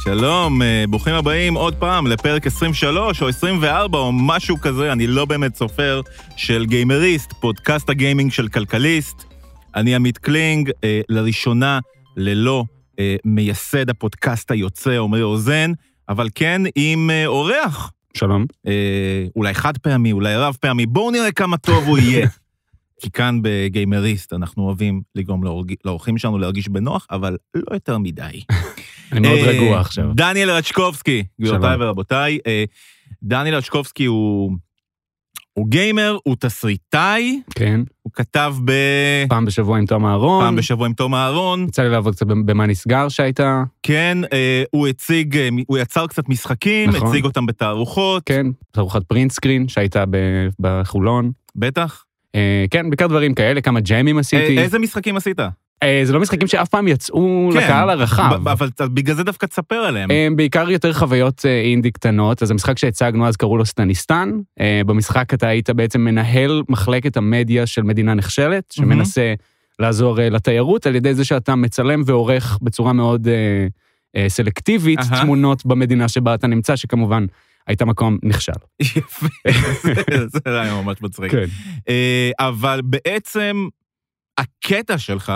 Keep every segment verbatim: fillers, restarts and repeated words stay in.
שלום, ברוכים הבאים עוד פעם לפרק עשרים ושלוש או עשרים וארבע או משהו כזה, אני לא באמת סופר, של גיימריסט, פודקאסט הגיימינג של כלכליסט. אני עמית קלינג, אה, לראשונה ללא אה, מייסד הפודקאסט היוצא עומרי אוזן, אבל כן עם אה, אורח. שלום. אה, אולי חד פעמי, אולי רב פעמי, בואו נראה כמה טוב הוא יהיה. כי כאן בגיימריסט אנחנו אוהבים לגרום לאורחים שלנו להרגיש בנוח, אבל לא יותר מדי. אני מאוד רגוע עכשיו. דניאל רצ'קובסקי, גבירותיי ורבותיי. דניאל רצ'קובסקי הוא הוא גיימר, הוא תסריטאי. כן. הוא כתב ב... פעם בשבוע עם תום אהרון. פעם בשבוע עם תום אהרון. יצא לי לעבוד קצת במה נסגר שהייתה. כן, הוא הציג, הוא יצר קצת משחקים, נכון. הציג אותם בתערוכות. כן, תערוכת פרינט סקרין שהייתה בחולון. בטח. כן, בעיקר דברים כאלה, כמה ג'יימים עשיתי. איזה משחקים עשית? זה לא משחקים שאף פעם יצאו לקהל הרחב. אבל בגלל זה דווקא תספר עליהם. בעיקר יותר חוויות אינדי קטנות, אז המשחק שהצגנו אז קראו לו סטניסטן. במשחק אתה היית בעצם מנהל מחלקת המדיה של מדינה נכשלת, שמנסה לעזור לתיירות, על ידי זה שאתה מצלם ועורך בצורה מאוד סלקטיבית תמונות במדינה שבה אתה נמצא, שכמובן הייתה מקום נכשל. יפה, זה רעיון ממש מצחיק. אבל בעצם הקטע שלך,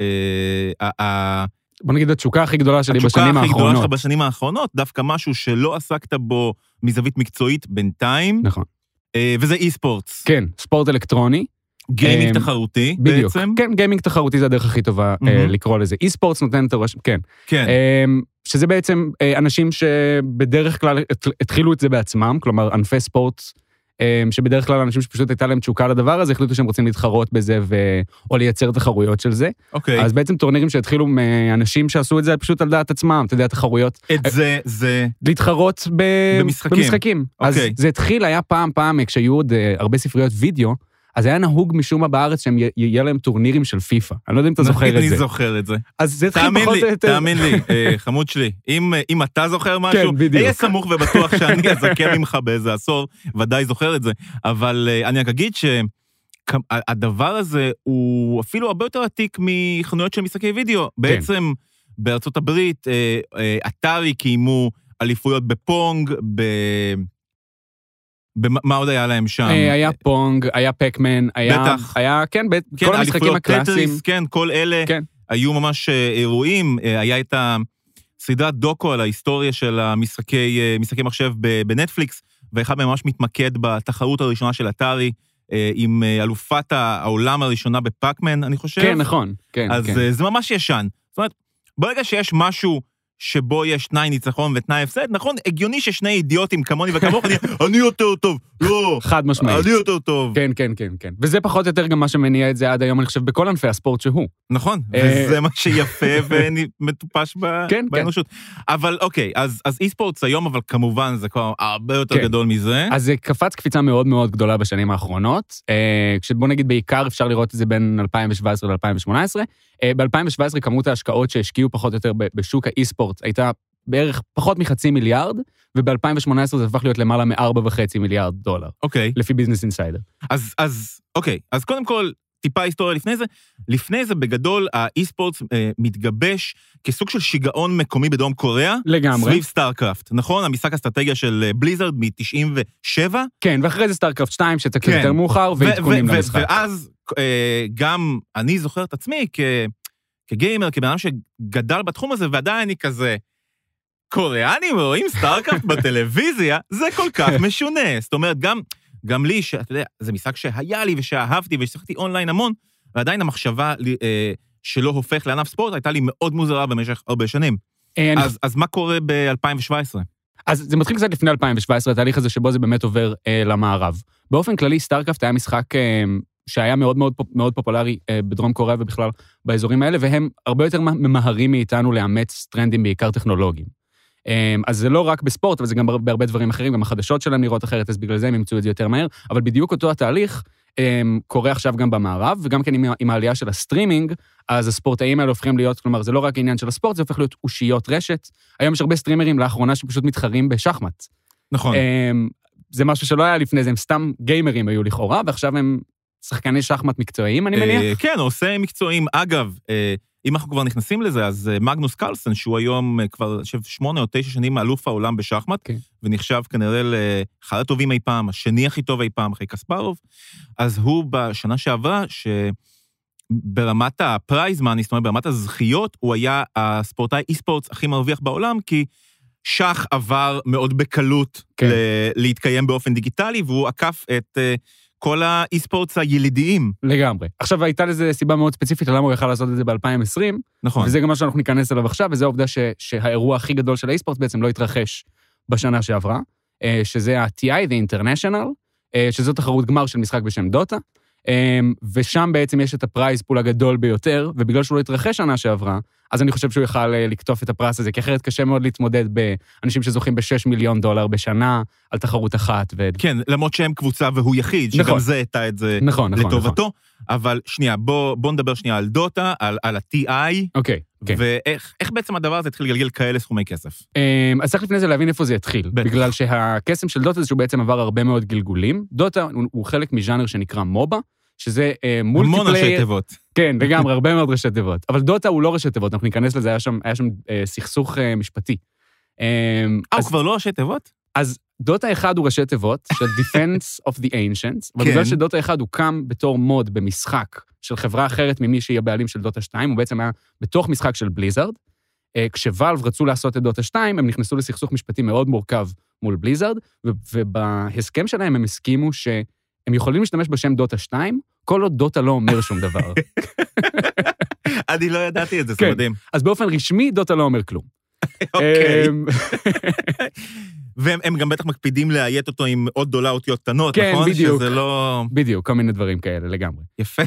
בוא נגיד, התשוקה הכי גדולה שלי בשנים האחרונות. התשוקה הכי גדולה שלך בשנים האחרונות, דווקא משהו שלא עסקת בו מזווית מקצועית בינתיים. נכון. וזה אי-ספורטס. כן, ספורט אלקטרוני. גיימינג תחרותי בדיוק. בעצם. כן, גיימינג תחרותי זה הדרך הכי טובה לקרוא לזה. אי-ספורטס נותן את הרשם, כן. כן. שזה בעצם אנשים שבדרך כלל התחילו את זה בעצמם, כלומר, ענפי ספורט, שבדרך כלל אנשים שפשוט הייתה להם תשוקה לדבר הזה, החליטו שהם רוצים להתחרות בזה, או לייצר תחרויות של זה. אוקיי. אז בעצם טורנירים שהתחילו מאנשים שעשו את זה פשוט על דעת עצמם, אתה יודע, תחרויות. את זה, זה... להתחרות במשחקים. אז זה התחיל, היה פעם פעם, כשהיו עוד הרבה ספריות וידאו, אז היה נהוג משום מה בארץ שהם יהיה להם טורנירים של פיפה. אני לא יודע אם אתה זוכר את זה. אני זוכר את זה. אז זה התחיל פחות או יותר. תאמין לי, חמוד שלי. אם אתה זוכר משהו, אהיה סמוך ובטוח שאני אזכר ממך באיזה עשור, ודאי זוכר את זה. אבל אני רק אגיד שהדבר הזה הוא אפילו הרבה יותר עתיק מחנויות של משחקי וידאו. בעצם בארצות הברית, אתרי קיימו אליפויות בפונג, ב... מה עוד היה להם שם? היה פונג, היה פקמן, היה... בטח. היה, כן, כל המשחקים הקלאסיים. כן, כל אלה היו ממש אירועים. היה את הסדרת דוקו על ההיסטוריה של המשחקי מחשב בנטפליקס, ואחד מהם ממש מתמקד בתחרות הראשונה של אתרי, עם אלופת העולם הראשונה בפקמן, אני חושב. כן, נכון. אז זה ממש ישן. זאת אומרת, ברגע שיש משהו שבו יש תנאי ניצחון ותנאי הפסד, נכון? הגיוני ששני אידיוטים כמוני וכמוך, אני יותר טוב, לא. חד משמעית. אני יותר טוב. כן, כן, כן, כן. וזה פחות או יותר גם מה שמניע את זה עד היום, אני חושב, בכל ענפי הספורט שהוא. נכון, וזה מה שיפה ומטופש באנושות. אבל אוקיי, אז אי-ספורטס היום, אבל כמובן זה כבר הרבה יותר גדול מזה. אז זה קפץ קפיצה מאוד מאוד גדולה בשנים האחרונות, כשבוא נגיד בעיקר אפשר לראות את זה בין אלפיים שבע עשרה ל-אלפיים שמונה עשרה, ב-אלפיים שבע עשרה כמות ההשקעות שהשקיעו פחות או יותר בשוק האי-ספורט הייתה בערך פחות מחצי מיליארד, וב-אלפיים שמונה עשרה זה הפך להיות למעלה מארבע וחצי מיליארד דולר. אוקיי. לפי ביזנס אינסיידר. אז, אז, אוקיי. אז קודם כל, טיפה היסטוריה לפני זה. לפני זה, בגדול, האי-ספורטס אה, מתגבש כסוג של שיגעון מקומי בדרום קוריאה. לגמרי. סביב סטארקראפט, נכון? המשחק אסטרטגיה של בליזרד מ-תשעים ושבע. כן, ואחרי זה סטארקראפט שתיים, שאתה כן. יותר מאוחר, ועדכונים למשחק. ואז אה, גם אני זוכר את עצמי כ... כגיימר, כבן שגדל בתחום הזה, ועדיין אני כזה, קוריאנים רואים סטארקראפט בטלוויזיה, זה כל כך משונה. זאת אומרת, גם, גם לי, שאתה יודע, זה משחק שהיה לי ושאהבתי, ושחקתי אונליין המון, ועדיין המחשבה אה, שלא הופך לענף ספורט, הייתה לי מאוד מוזרה במשך הרבה שנים. אז, אז מה קורה ב-אלפיים שבע עשרה? אז זה מתחיל קצת לפני אלפיים שבע עשרה, התהליך הזה שבו זה באמת עובר אה, למערב. באופן כללי, סטארקראפט היה משחק... אה, שהיה מאוד מאוד, מאוד פופולרי בדרום קוריאה ובכלל באזורים האלה, והם הרבה יותר ממהרים מאיתנו לאמץ טרנדים בעיקר טכנולוגיים. אז זה לא רק בספורט, אבל זה גם בהרבה דברים אחרים, גם החדשות שלהם נראות אחרת, אז בגלל זה הם ימצאו את זה יותר מהר, אבל בדיוק אותו התהליך קורה עכשיו גם במערב, וגם כן עם, עם העלייה של הסטרימינג, אז הספורטאים האלה הופכים להיות, כלומר, זה לא רק עניין של הספורט, זה הופך להיות אושיות רשת. היום יש הרבה סטרימרים לאחרונה שפשוט מתחרים בשחמט. נכון. זה משהו שלא היה לפני זה, הם סתם גיימרים היו לכאורה, ועכשיו הם שחקני שחמט מקצועיים, אני מניח? כן, עושה מקצועיים. אגב, אם אנחנו כבר נכנסים לזה, אז מגנוס קרלסן, שהוא היום כבר, אני חושב, שמונה או תשע שנים מאלוף העולם בשחמט, okay. ונחשב כנראה לאחד הטובים אי פעם, השני הכי טוב אי פעם, אחרי קספרוב, אז הוא בשנה שעברה, שברמת הפרייז מאני, זאת אומרת, ברמת הזכיות, הוא היה הספורטאי אי-ספורטס הכי מרוויח בעולם, כי שח עבר מאוד בקלות okay. להתקיים באופן דיגיטלי, והוא עקף את כל האי-ספורטס הילידיים. לגמרי. עכשיו הייתה לזה סיבה מאוד ספציפית, למה הוא יכל לעשות את זה ב-אלפיים עשרים, נכון. וזה גם מה שאנחנו ניכנס אליו עכשיו, וזה העובדה ש, שהאירוע הכי גדול של האי-ספורטס בעצם לא התרחש בשנה שעברה, שזה ה-טי איי, The International, שזו תחרות גמר של משחק בשם דוטה, ושם בעצם יש את הפרייז פול הגדול ביותר, ובגלל שהוא לא התרחש שנה שעברה, אז אני חושב שהוא יוכל לקטוף את הפרס הזה, כי אחרת קשה מאוד להתמודד באנשים שזוכים בשש מיליון דולר בשנה, על תחרות אחת. ו... כן, למרות שהם קבוצה והוא יחיד, נכון. שגם זה הייתה את זה נכון, לטובתו, נכון. אבל שנייה, בוא, בוא נדבר שנייה על דוטה, על, על ה-טי איי, אוקיי, אוקיי. ואיך איך בעצם הדבר הזה התחיל לגלגל כאלה סכומי כסף? אז צריך לפני זה להבין איפה זה התחיל, בטח. בגלל שהקסם של דוטה זה שהוא בעצם עבר הרבה מאוד גלגולים. דוטה הוא, הוא חלק מז'אנר שנקרא מובה, שזה מולטיפלייר. המון ראשי תיבות. כן, לגמרי, הרבה מאוד ראשי תיבות. אבל דוטה הוא לא ראשי תיבות, אנחנו ניכנס לזה, היה שם, היה שם אה, סכסוך אה, משפטי. אה, הוא כבר לא ראשי תיבות? אז דוטה אחד הוא ראשי תיבות, של Defense of the Ancients, אבל בגלל שדוטה אחד הוא קם בתור מוד במשחק של חברה אחרת ממי שהיא הבעלים של דוטה שתיים, הוא בעצם היה בתוך משחק של בליזרד. אה, כשוואלב רצו לעשות את דוטה שתיים, הם נכנסו לסכסוך משפטי מאוד מורכב מול בליזרד, ובהסכם שלהם הם הסכימו שהם יכולים להשתמש בשם דוטה שתיים, כל עוד דוטה לא אומר שום דבר. אני לא ידעתי את זה, זה מדהים. אז באופן רשמי, דוטה לא אומר כלום. אוקיי. והם גם בטח מקפידים להיית אותו עם עוד דולר אותיות קטנות, נכון? כן, בדיוק. שזה לא... בדיוק, כל מיני דברים כאלה, לגמרי. יפה.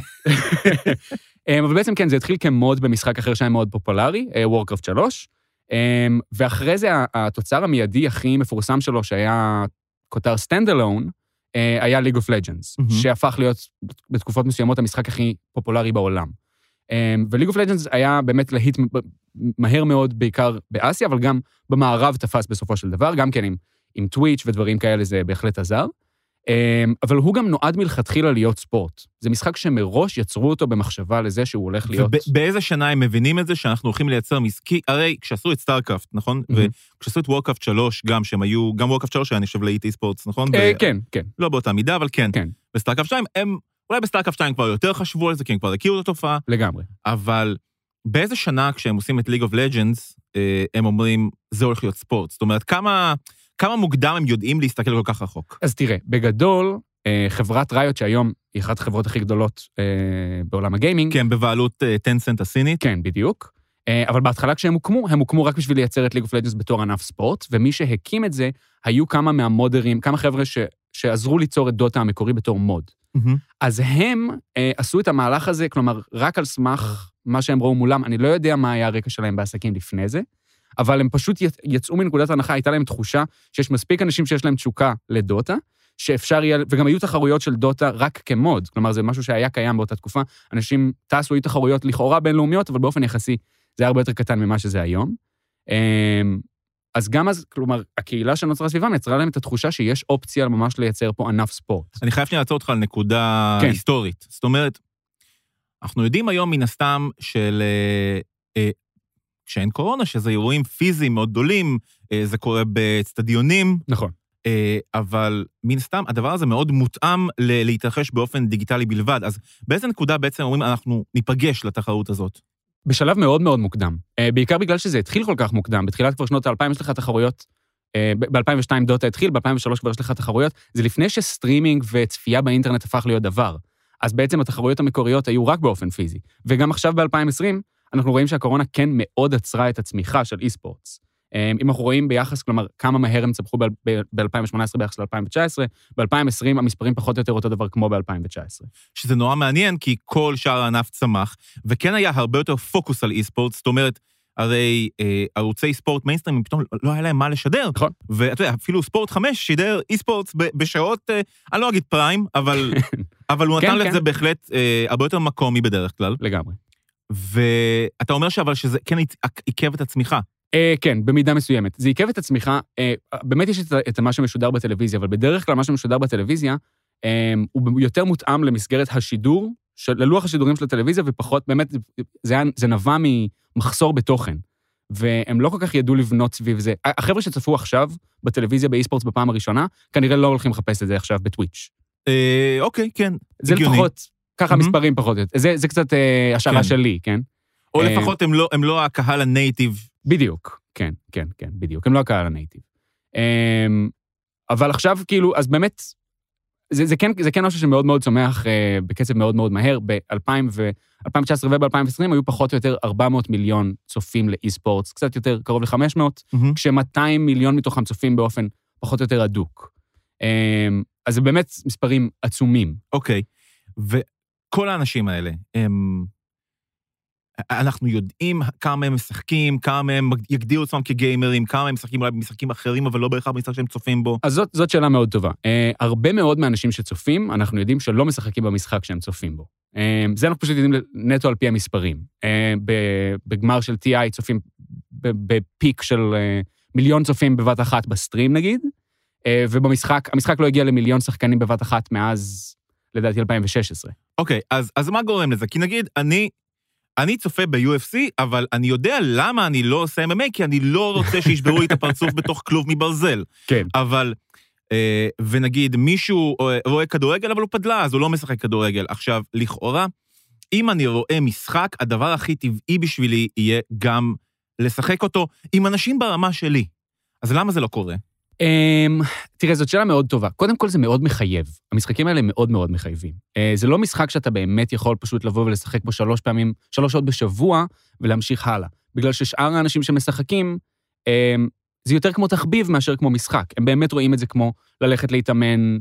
אבל בעצם כן, זה התחיל כמוד במשחק אחר שהיה מאוד פופולרי, וורקראפט שלוש, ואחרי זה התוצר המיידי הכי מפורסם שלו, שהיה כותר סטנדלון, היה League of Legends, mm-hmm. שהפך להיות בתקופות מסוימות המשחק הכי פופולרי בעולם. ו-League of Legends היה באמת להיט מהר מאוד, בעיקר באסיה, אבל גם במערב תפס בסופו של דבר, גם כן עם, עם טוויץ' ודברים כאלה זה בהחלט עזר. אבל הוא גם נועד מלכתחילה להיות ספורט. זה משחק שמראש יצרו אותו במחשבה לזה שהוא הולך להיות... ובאיזה שנה הם מבינים את זה שאנחנו הולכים לייצר משחקי, הרי כשעשו את סטארקראפט, נכון? Mm-hmm. וכשעשו את וורקראפט שלוש, גם שהם היו, גם וורקראפט שלוש היה נחשב לאי-טי ספורטס, נכון? אה, ב... כן, כן. לא באותה מידה, אבל כן. כן. בסטארקראפט שתיים, הם, אולי בסטארקראפט שתיים כבר יותר חשבו על זה, כי הם כבר הכירו את התופעה. לגמרי. אבל באיזה שנה כשהם עושים את League of Legends, הם אומרים, זה הולך להיות ספורט. זאת אומרת, כמה, כמה מוקדם הם יודעים להסתכל כל כך רחוק? אז תראה, בגדול, חברת ריוט, שהיום היא אחת החברות הכי גדולות בעולם הגיימינג. כן, בבעלות טנסנט הסינית. כן, בדיוק. אבל בהתחלה כשהם הוקמו, הם הוקמו רק בשביל לייצר את League of Legends בתור ענף ספורט, ומי שהקים את זה, היו כמה מהמודרים, כמה חבר'ה ש, שעזרו ליצור את דוטה המקורי בתור מוד. Mm-hmm. אז הם אה, עשו את המהלך הזה, כלומר, רק על סמך מה שהם ראו מולם, אני לא יודע מה היה הרקע שלהם בעסקים לפני זה, אבל הם פשוט יצאו מנקודת הנחה, הייתה להם תחושה שיש מספיק אנשים שיש להם תשוקה לדוטה, שאפשר יהיה, וגם היו תחרויות של דוטה רק כמוד, כלומר, זה משהו שהיה קיים באותה תקופה, אנשים טסו, היו תחרויות לכאורה בינלאומיות, אבל באופן יחסי, זה היה הרבה יותר קטן ממה שזה היום. אז גם אז, כלומר, הקהילה שנוצרה סביבם יצרה להם את התחושה שיש אופציה ממש לייצר פה ענף ספורט. אני חייב שנייה לעצור אותך על נקודה כן. היסטורית. זאת אומרת, אנחנו יודעים היום מן הסתם של... אה, כשאין קורונה, שזה אירועים פיזיים מאוד גדולים, אה, זה קורה באצטדיונים. נכון. אה, אבל מן הסתם, הדבר הזה מאוד מותאם ל- להתרחש באופן דיגיטלי בלבד. אז באיזה נקודה בעצם אומרים, אנחנו ניפגש לתחרות הזאת? בשלב מאוד מאוד מוקדם. בעיקר בגלל שזה התחיל כל כך מוקדם. בתחילת כבר שנות ה-אלפיים יש לך תחרויות, ב-אלפיים ושתיים דוטה התחיל, ב-אלפיים ושלוש כבר יש לך תחרויות, זה לפני שסטרימינג וצפייה באינטרנט הפך להיות דבר. אז בעצם התחרויות המקוריות היו רק באופן פיזי. וגם עכשיו ב-אלפיים ועשרים, אנחנו רואים שהקורונה כן מאוד עצרה את הצמיחה של אי-ספורטס. אם אנחנו רואים ביחס, כלומר, כמה מהר הם צמחו ב-אלפיים ושמונה עשרה ביחס ל-אלפיים ותשע עשרה, ב-אלפיים ועשרים המספרים פחות או יותר אותו דבר כמו ב-אלפיים ותשע עשרה. שזה נורא מעניין, כי כל שאר הענף צמח, וכן היה הרבה יותר פוקוס על אי-ספורט, זאת אומרת, הרי אה, ערוצי ספורט מיינסטרים, פתאום לא היה להם מה לשדר. נכון. ואתה יודע, אפילו ספורט חמש שידר אי-ספורט בשעות, אה, אני לא אגיד פריים, אבל, אבל הוא נתן כן, לזה כן. בהחלט אה, הרבה יותר מקומי בדרך כלל. לגמרי. ואתה אומר שאבל שזה כן עיכב את הצמיחה. כן, במידה מסוימת. זה עיכב את הצמיחה, באמת יש את מה שמשודר בטלוויזיה, אבל בדרך כלל מה שמשודר בטלוויזיה, הוא יותר מותאם למסגרת השידור של, ללוח השידורים של הטלוויזיה, ופחות, באמת, זה, היה, זה נבע ממחסור בתוכן. והם לא כל כך ידעו לבנות סביב זה. החבר'ה שצפו עכשיו בטלוויזיה באי-ספורטס בפעם הראשונה, כנראה לא הולכים לחפש את זה עכשיו בטוויץ'. אה, אוקיי, כן. זה הגיוני. לפחות, ככה Mm-hmm. מספרים פחות. זה, זה קצת אה, השערה כן. שלי, כן? או אה, לפחות הם לא, הם לא הקהל הנייטיב. בדיוק, כן, כן, כן, בדיוק. הם לא הקהל הנייטיב. אה, אבל עכשיו, כאילו, אז באמת, זה, זה כן, זה כן משהו שמאוד מאוד צומח אה, בקצב מאוד מאוד מהר. ב-אלפיים תשע עשרה וב-אלפיים עשרים היו פחות או יותר ארבע מאות מיליון צופים לאי-ספורטס, קצת יותר קרוב ל-חמש מאות, Mm-hmm. כש-מאתיים מיליון מתוכם צופים באופן פחות או יותר הדוק. אה, אז זה באמת מספרים עצומים. אוקיי, וכל האנשים האלה, הם... אנחנו יודעים כמה הם משחקים, כמה הם יגדירו עצמם כגיימרים, כמה הם משחקים אולי במשחקים אחרים, אבל לא בהכרח במשחק שהם צופים בו. אז זאת, זאת שאלה מאוד טובה. Uh, הרבה מאוד מהאנשים שצופים, אנחנו יודעים שלא משחקים במשחק שהם צופים בו. Uh, זה אנחנו פשוט יודעים נטו על פי המספרים. Uh, בגמר של טי איי צופים בפיק של uh, מיליון צופים בבת אחת בסטרים נגיד, uh, ובמשחק, המשחק לא הגיע למיליון שחקנים בבת אחת מאז, לדעתי, אלפיים ושש עשרה. אוקיי, אז, אז מה גורם לזה? כי נגיד, אני... אני צופה ב-יו אף סי, אבל אני יודע למה אני לא עושה אם אם איי, כי אני לא רוצה שישברו לי את הפרצוף בתוך כלוב מברזל. כן. אבל, אה, ונגיד, מישהו רואה כדורגל, אבל הוא פדלה, אז הוא לא משחק כדורגל. עכשיו, לכאורה, אם אני רואה משחק, הדבר הכי טבעי בשבילי יהיה גם לשחק אותו עם אנשים ברמה שלי. אז למה זה לא קורה? Um, תראה, זאת שאלה מאוד טובה. קודם כל זה מאוד מחייב. המשחקים האלה מאוד מאוד מחייבים. Uh, זה לא משחק שאתה באמת יכול פשוט לבוא ולשחק בו שלוש פעמים, שלוש שעות בשבוע, ולהמשיך הלאה. בגלל ששאר האנשים שמשחקים, um, זה יותר כמו תחביב מאשר כמו משחק. הם באמת רואים את זה כמו ללכת להתאמן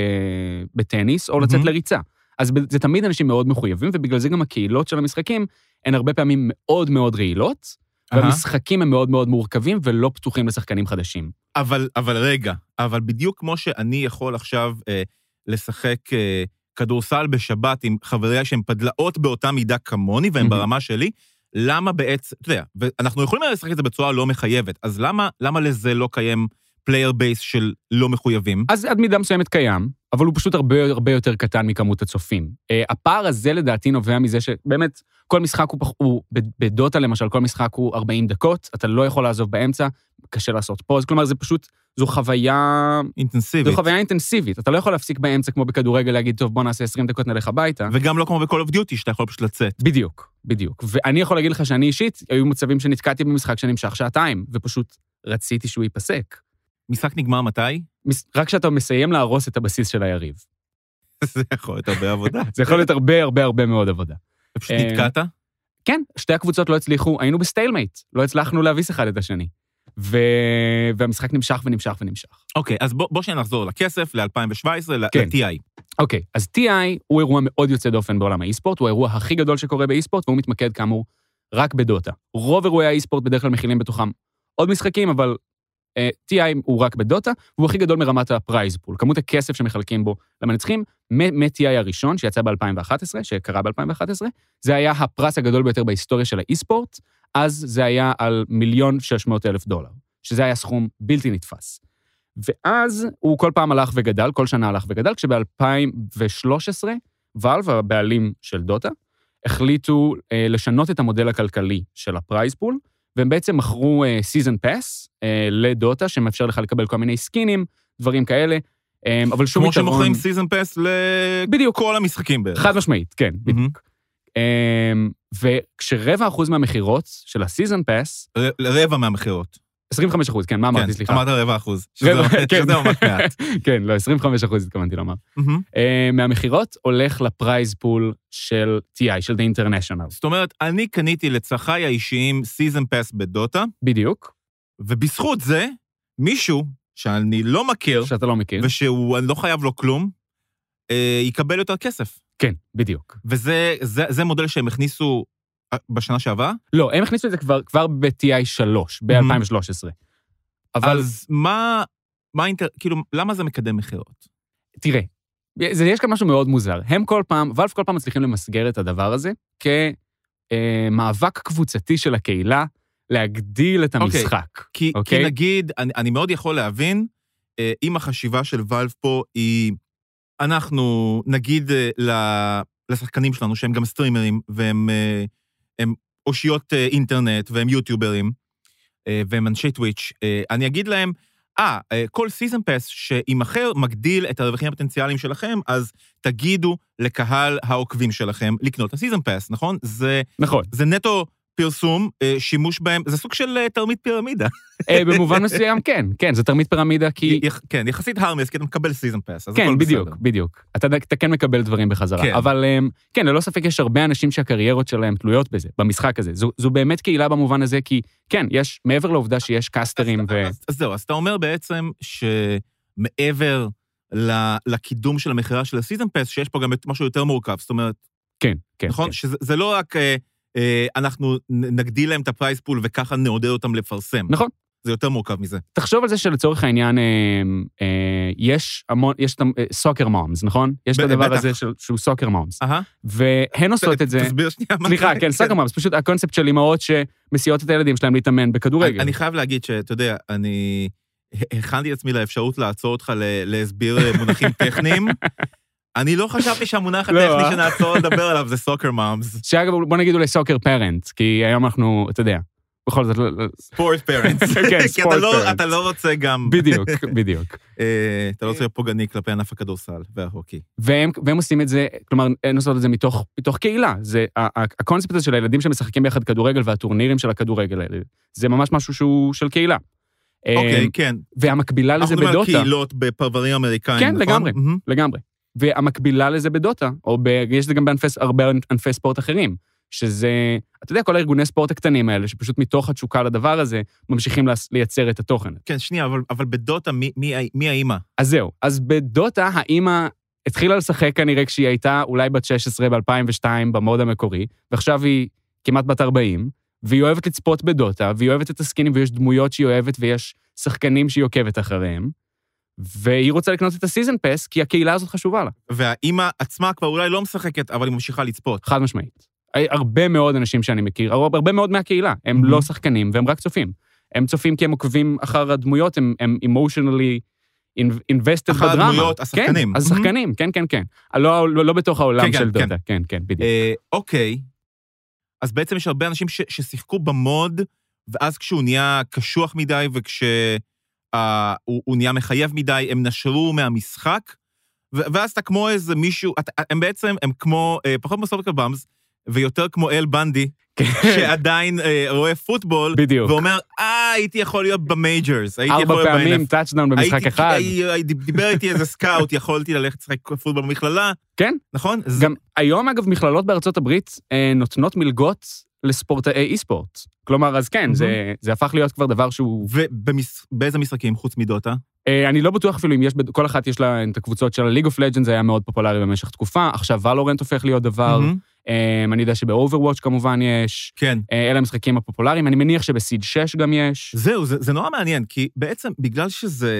בטניס, או לצאת mm-hmm. לריצה. אז זה תמיד אנשים מאוד מחויבים, ובגלל זה גם הקהילות של המשחקים, הן הרבה פעמים מאוד מאוד רעילות, והמשחקים הם מאוד מאוד מורכבים ולא פתוחים לשחקנים חדשים. אבל, אבל רגע, אבל בדיוק כמו שאני יכול עכשיו אה, לשחק אה, כדורסל בשבת עם חבריה שהן פדלאות באותה מידה כמוני, והן mm-hmm. ברמה שלי, למה בעצם, אתה יודע, ואנחנו יכולים לשחק את זה בצורה לא מחייבת, אז למה, למה לזה לא קיים פלייר בייס של לא מחויבים? אז עד מידה מסוימת קיים, אבל הוא פשוט הרבה, הרבה יותר קטן מכמות הצופים. אה, הפער הזה לדעתי נובע מזה שבאמת, כל משחק הוא, הוא, בדוטה למשל, כל משחק הוא ארבעים דקות, אתה לא יכול לעזוב באמצע, קשה לעשות פוז, כלומר זה פשוט, זו חוויה... אינטנסיבית. זו חוויה אינטנסיבית, אתה לא יכול להפסיק באמצע כמו בכדורגל להגיד, טוב, בוא נעשה עשרים דקות נלך הביתה. וגם לא כמו ב-Call of Duty, שאתה יכול פשוט לצאת. בדיוק, בדיוק. ואני יכול להגיד לך שאני אישית, היו מצבים שנתקעתי במשחק שנמשך שעתיים, ופשוט רציתי שהוא ייפסק. משחק נגמר מתי? רק כשאתה מסיים להרוס את הבסיס של היריב. זה יכול להיות הרבה עבודה. זה יכול להיות הרבה, הרבה, הרבה מאוד עבודה. פשוט נתקעת? כן, שתי הקבוצות לא הצליחו, היינו בסטיילמייט, לא הצלחנו להביס אחד את השני. ו... והמשחק נמשך ונמשך ונמשך. אוקיי, אז בוא, בוא שנחזור לכסף, ל-אלפיים שבע עשרה, כן. ל-טי איי. אוקיי, אז טי איי הוא אירוע מאוד יוצא דופן בעולם האי-ספורט, הוא האירוע הכי גדול שקורה באי-ספורט, והוא מתמקד כאמור רק בדוטה. רוב אירועי האי-ספורט בדרך כלל מכילים בתוכם עוד משחקים, אבל טי איי הוא רק בדוטה, והוא הכי גדול מרמת הפרייז פול. כמות הכסף שמחלקים בו למנצחים, מ-טי איי הראשון, שיצא ב-אלפיים ואחת עשרה, שקרה ב-אלפיים ואחת עשרה, זה היה הפרס הגדול ביותר בהיסטוריה של האי-ספורט, אז זה היה על מיליון שש מאות אלף דולר, שזה היה סכום בלתי נתפס. ואז הוא כל פעם הלך וגדל, כל שנה הלך וגדל, כשב-אלפיים ושלוש עשרה, ואלב, הבעלים של דוטה, החליטו אה, לשנות את המודל הכלכלי של הפרייז פול, והם בעצם מכרו סיזן פאס לדוטה, שמאפשר לך לקבל כל מיני סקינים, דברים כאלה, אבל שום יתרון... כמו שמוכרים סיזן פאס לכל המשחקים בערך. חד משמעית, כן, בדיוק. וכשרבע אחוז מהמחירות של הסיזן פאס... רבע מהמחירות. עשרים וחמישה אחוז, כן, מה אמרתי, סליחה? אמרת רבע אחוז, שזה ממש מעט. כן, לא, עשרים וחמישה אחוז התכוונתי לומר. מהמחירות הולך לפרייז פול של טי איי, של The International. זאת אומרת, אני קניתי לצרכיי האישיים סיזן פאס בדוטה. בדיוק. ובזכות זה, מישהו שאני לא מכיר, שאתה לא מכיר, ושהוא לא חייב לו כלום, יקבל יותר כסף. כן. בדיוק. וזה מודל שהם הכניסו בשנה שעברה? לא, הם הכניסו את זה כבר, כבר ב-טי איי שלוש, ב-אלפיים ושלוש עשרה. אבל... אז מה, מה אינטר... כאילו, למה זה מקדם מחירות? תראה, זה, יש כאן משהו מאוד מוזר. הם כל פעם, ואלף כל פעם מצליחים למסגר את הדבר הזה, כמאבק קבוצתי של הקהילה, להגדיל את המשחק. Okay. כי, okay? כי נגיד, אני, אני מאוד יכול להבין, אם החשיבה של ואלף פה היא, אנחנו נגיד לשחקנים שלנו, שהם גם סטרימרים, והם הם אושיות אינטרנט, והם יוטיוברים, והם אנשי טוויץ'. אני אגיד להם, אה, כל סיזן פס שימחר מגדיל את הרווחים הפוטנציאליים שלכם, אז תגידו לקהל העוקבים שלכם לקנות את הסיזן פס, נכון? זה, נכון. זה נטו פרסום, שימוש בהם, זה סוג של תרמית פירמידה. במובן מסוים, כן, כן, זה תרמית פירמידה, כי... כן, יחסית הרמס, כי אתה מקבל סיזן פס, אז כן, בדיוק, בדיוק. אתה, אתה כן מקבל דברים בחזרה. כן. אבל כן, ללא ספק יש הרבה אנשים שהקריירות שלהם תלויות בזה, במשחק הזה. זו, זו באמת קהילה במובן הזה, כי כן, יש, מעבר לעובדה שיש קאסטרים ו... אז, אז זהו, אז אתה אומר בעצם שמעבר לקידום של המחירה של הסיזן פס, שיש פה גם משהו יותר מורכב, זאת אומרת... כן, כן. נכון? כן. שזה זה לא רק... אנחנו נגדיל להם את הפרייס פול וככה נעודד אותם לפרסם. נכון. זה יותר מורכב מזה. תחשוב על זה שלצורך העניין, יש המון, יש סוקר מומס, נכון? יש את הדבר הזה שהוא סוקר מומס. והן עושות את זה... תסביר שנייה. סליחה, כן, סוקר מומס, פשוט הקונספט של אמהות שמסיעות את הילדים שלהם להתאמן בכדורגל. אני חייב להגיד שאתה יודע, אני הכנתי את עצמי לאפשרות לעצור אותך להסביר מונחים טכניים, אני לא חשבתי שהמונח הטכני שנעצור לדבר עליו זה סוקר מאמס. שאגב, בוא נגיד אולי סוקר פרנט, כי היום אנחנו, אתה יודע, בכל זאת... ספורט פרנט. כן, ספורט פרנט. אתה לא רוצה גם... בדיוק, בדיוק. אתה לא רוצה פוגעני כלפי ענף הכדורסל וההוקי. והם עושים את זה, כלומר, הם עושים את זה מתוך קהילה. הקונספט הזה של הילדים שמשחקים ביחד כדורגל והטורנירים של הכדורגל האלה, זה ממש משהו שהוא של קהילה. אוקיי, כן. והמקבילה לזה בדוטה... אנחנו מדברים על קהילות בפרברים אמריקאים, כן, לגמרי, לגמרי. והמקבילה לזה בדוטה, או ב... יש זה גם בענפי, הרבה ענפי ספורט אחרים, שזה, אתה יודע, כל הארגוני ספורט הקטנים האלה, שפשוט מתוך התשוקה לדבר הזה, ממשיכים לייצר את התוכן. כן, שנייה, אבל, אבל בדוטה, מי, מי, מי האמא? אז זהו, אז בדוטה, האמא התחילה לשחק כנראה כשהיא הייתה אולי בת שש עשרה ב-אלפיים ושתיים במוד המקורי, ועכשיו היא כמעט בת ארבעים, והיא אוהבת לצפות בדוטה, והיא אוהבת את הסקינים, ויש דמויות שהיא אוהבת, ויש שחקנים שהיא עוקבת אחריהם, והיא רוצה לקנות את הסיזן פס, כי הקהילה הזאת חשובה לה. והאמא עצמה כבר אולי לא משחקת, אבל היא ממשיכה לצפות. חד משמעית. הרבה מאוד אנשים שאני מכיר, הרבה מאוד מהקהילה, הם לא שחקנים, והם רק צופים. הם צופים כי הם עוקבים אחר הדמויות, הם emotionally invested בדרמה. אחר הדמויות, השחקנים. כן, אז שחקנים, כן, כן, כן. לא בתוך העולם של דוטה, כן, כן, בדיוק. אוקיי, אז בעצם יש הרבה אנשים ששיחקו במוד, ואז כשהוא נהיה קשוח מדי, וכש... Uh, הוא, הוא נהיה מחייב מדי, הם נשרו מהמשחק, ו- ואז אתה כמו איזה מישהו, את, הם בעצם, הם כמו, uh, פחות בסופר באמס, ויותר כמו אל בנדי, שעדיין uh, רואה פוטבול, בדיוק. ואומר, אה, הייתי יכול להיות במייג'רס, הייתי ארבע יכול להיות פעמים, ב-אן אף. טאצ'דאון במשחק אחד. הי, דיבר איתי איזה סקאוט, יכולתי ללכת לשחק פוטבול במכללה. כן. נכון? גם זה... היום, אגב, מכללות בארצות הברית אה, נותנות מלגות, לספורטאי אי-ספורט. כלומר, אז כן, זה, זה הפך להיות כבר דבר שהוא... ובאיזה משחקים חוץ מדוטה? אני לא בטוח אפילו אם יש, כל אחת יש לה את הקבוצות של ה-League of Legends, זה היה מאוד פופולרי במשך תקופה, עכשיו ולורנט הופך להיות דבר, אני יודע שב-Overwatch כמובן יש, כן. אלה המשחקים הפופולריים, אני מניח שבסיד שש גם יש. זהו, זה, זה נורא מעניין, כי בעצם בגלל שזה...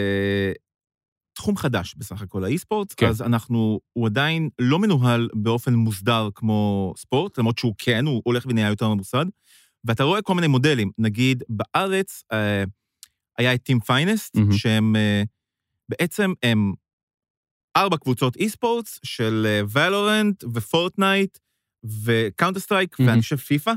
תחום חדש בסך הכל, האי-ספורט, כן. אז אנחנו, הוא עדיין לא מנוהל באופן מוסדר כמו ספורט, למרות שהוא כן, הוא הולך ונהיה יותר ממוסד, ואתה רואה כל מיני מודלים, נגיד בארץ, אה, היה את טים פיינסט, mm-hmm. שהם אה, בעצם הם ארבע קבוצות אי-ספורטס של ולורנט ופורטנייט וקאונטר סטרייק mm-hmm. ואנשי פיפה,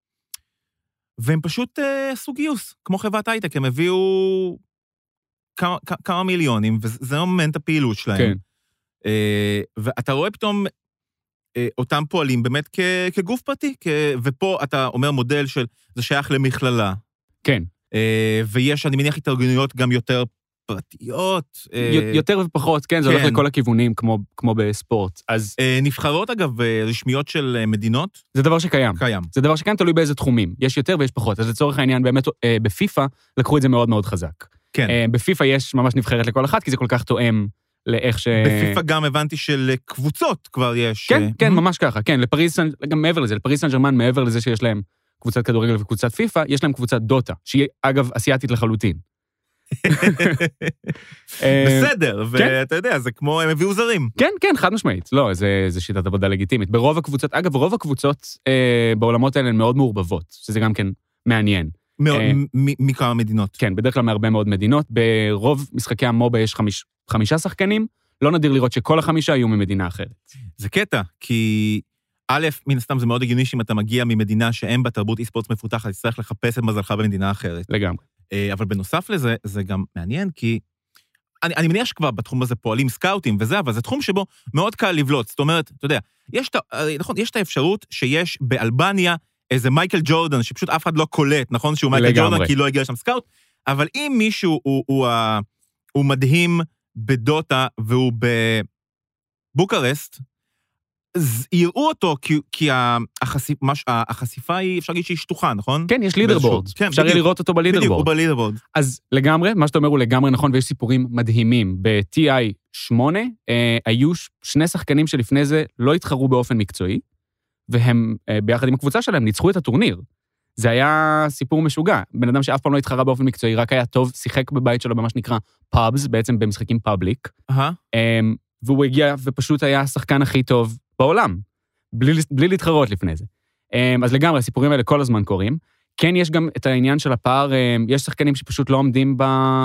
והם פשוט אה, עשו גיוס, כמו חברת הייטק, הם הביאו... כמה, כמה מיליונים, וזה ממנט הפעילות שלהם. כן. אה, ואתה רואה פתאום אה, אותם פועלים באמת כ, כגוף פרטי, כ, ופה אתה אומר מודל של זה שייך למכללה. כן. אה, ויש, אני מניח, התארגנויות גם יותר פרטיות. אה, יותר ופחות, כן, זה כן. הולך לכל הכיוונים, כמו, כמו בספורט. אז... אה, נבחרות, אגב, רשמיות של מדינות. זה דבר שקיים. קיים. זה דבר שקיים, תלוי באיזה תחומים. יש יותר ויש פחות. אז לצורך העניין, באמת, אה, בפיפה, לקחו את זה מאוד מאוד חזק. כן. בפיפה יש ממש נבחרת לכל אחת, כי זה כל כך תואם לאיך ש... בפיפה גם הבנתי שלקבוצות כבר יש... כן, כן, ממש ככה, כן, לפריז, גם מעבר לזה, לפריז סן ז'רמן, מעבר לזה שיש להם קבוצת כדורגל וקבוצת פיפה, יש להם קבוצת דוטה, שהיא אגב אסיאתית לחלוטין. בסדר, ואתה יודע, זה כמו, הם הביאו זרים. כן, כן, חד משמעית. לא, זה שיטת עבודה לגיטימית. ברוב הקבוצות, אגב, רוב הקבוצות בעולמות האלה הן מאוד מעורבבות, שזה גם כן מעניין. מכמה מדינות. כן, בדרך כלל מהרבה מאוד מדינות. ברוב משחקי המובה יש חמישה שחקנים, לא נדיר לראות שכל החמישה היו ממדינה אחרת. זה קטע, כי א', מן הסתם זה מאוד הגיוני שאם אתה מגיע ממדינה שאין בה תרבות אי-ספורט מפותחת, תצטרך לחפש את מזלך במדינה אחרת. לגמרי. אבל בנוסף לזה, זה גם מעניין, כי אני, אני מניח שכבר בתחום הזה פועלים סקאוטים וזה, אבל זה תחום שבו מאוד קל לבלוט. זאת אומרת, אתה יודע, יש, נכון, יש את האפשרות שיש באלבניה איזה מייקל ג'ורדן, שפשוט אף אחד לא קולט, נכון? שהוא מייקל לגמרי. ג'ורדן כי לא הגיע לשם סקאוט, אבל אם מישהו הוא, הוא, הוא, הוא מדהים בדוטה והוא בבוקרסט, אז יראו אותו, כי, כי החשיפ, מש, החשיפה היא, אפשר להגיד שהיא שטוחה, נכון? כן, יש לידרבורד. כן, אפשר בדיוק, לראות אותו בלידרבורד. בדיוק, הוא בלידרבורד. אז לגמרי, מה שאתה אומר הוא לגמרי נכון, ויש סיפורים מדהימים. ב-טי איי שמונה אה, היו שני שחקנים שלפני זה לא התחרו באופן מקצועי, והם אה, ביחד עם הקבוצה שלהם ניצחו את הטורניר. זה היה סיפור משוגע. בן אדם שאף פעם לא התחרה באופן מקצועי, רק היה טוב, שיחק בבית שלו במה שנקרא פאבס, בעצם במשחקים פאבליק. Uh-huh. אה, והוא הגיע ופשוט היה השחקן הכי טוב בעולם, בלי, בלי להתחרות לפני זה. אז לגמרי, הסיפורים האלה כל הזמן קורים. כן, יש גם את העניין של הפער, יש שחקנים שפשוט לא עומדים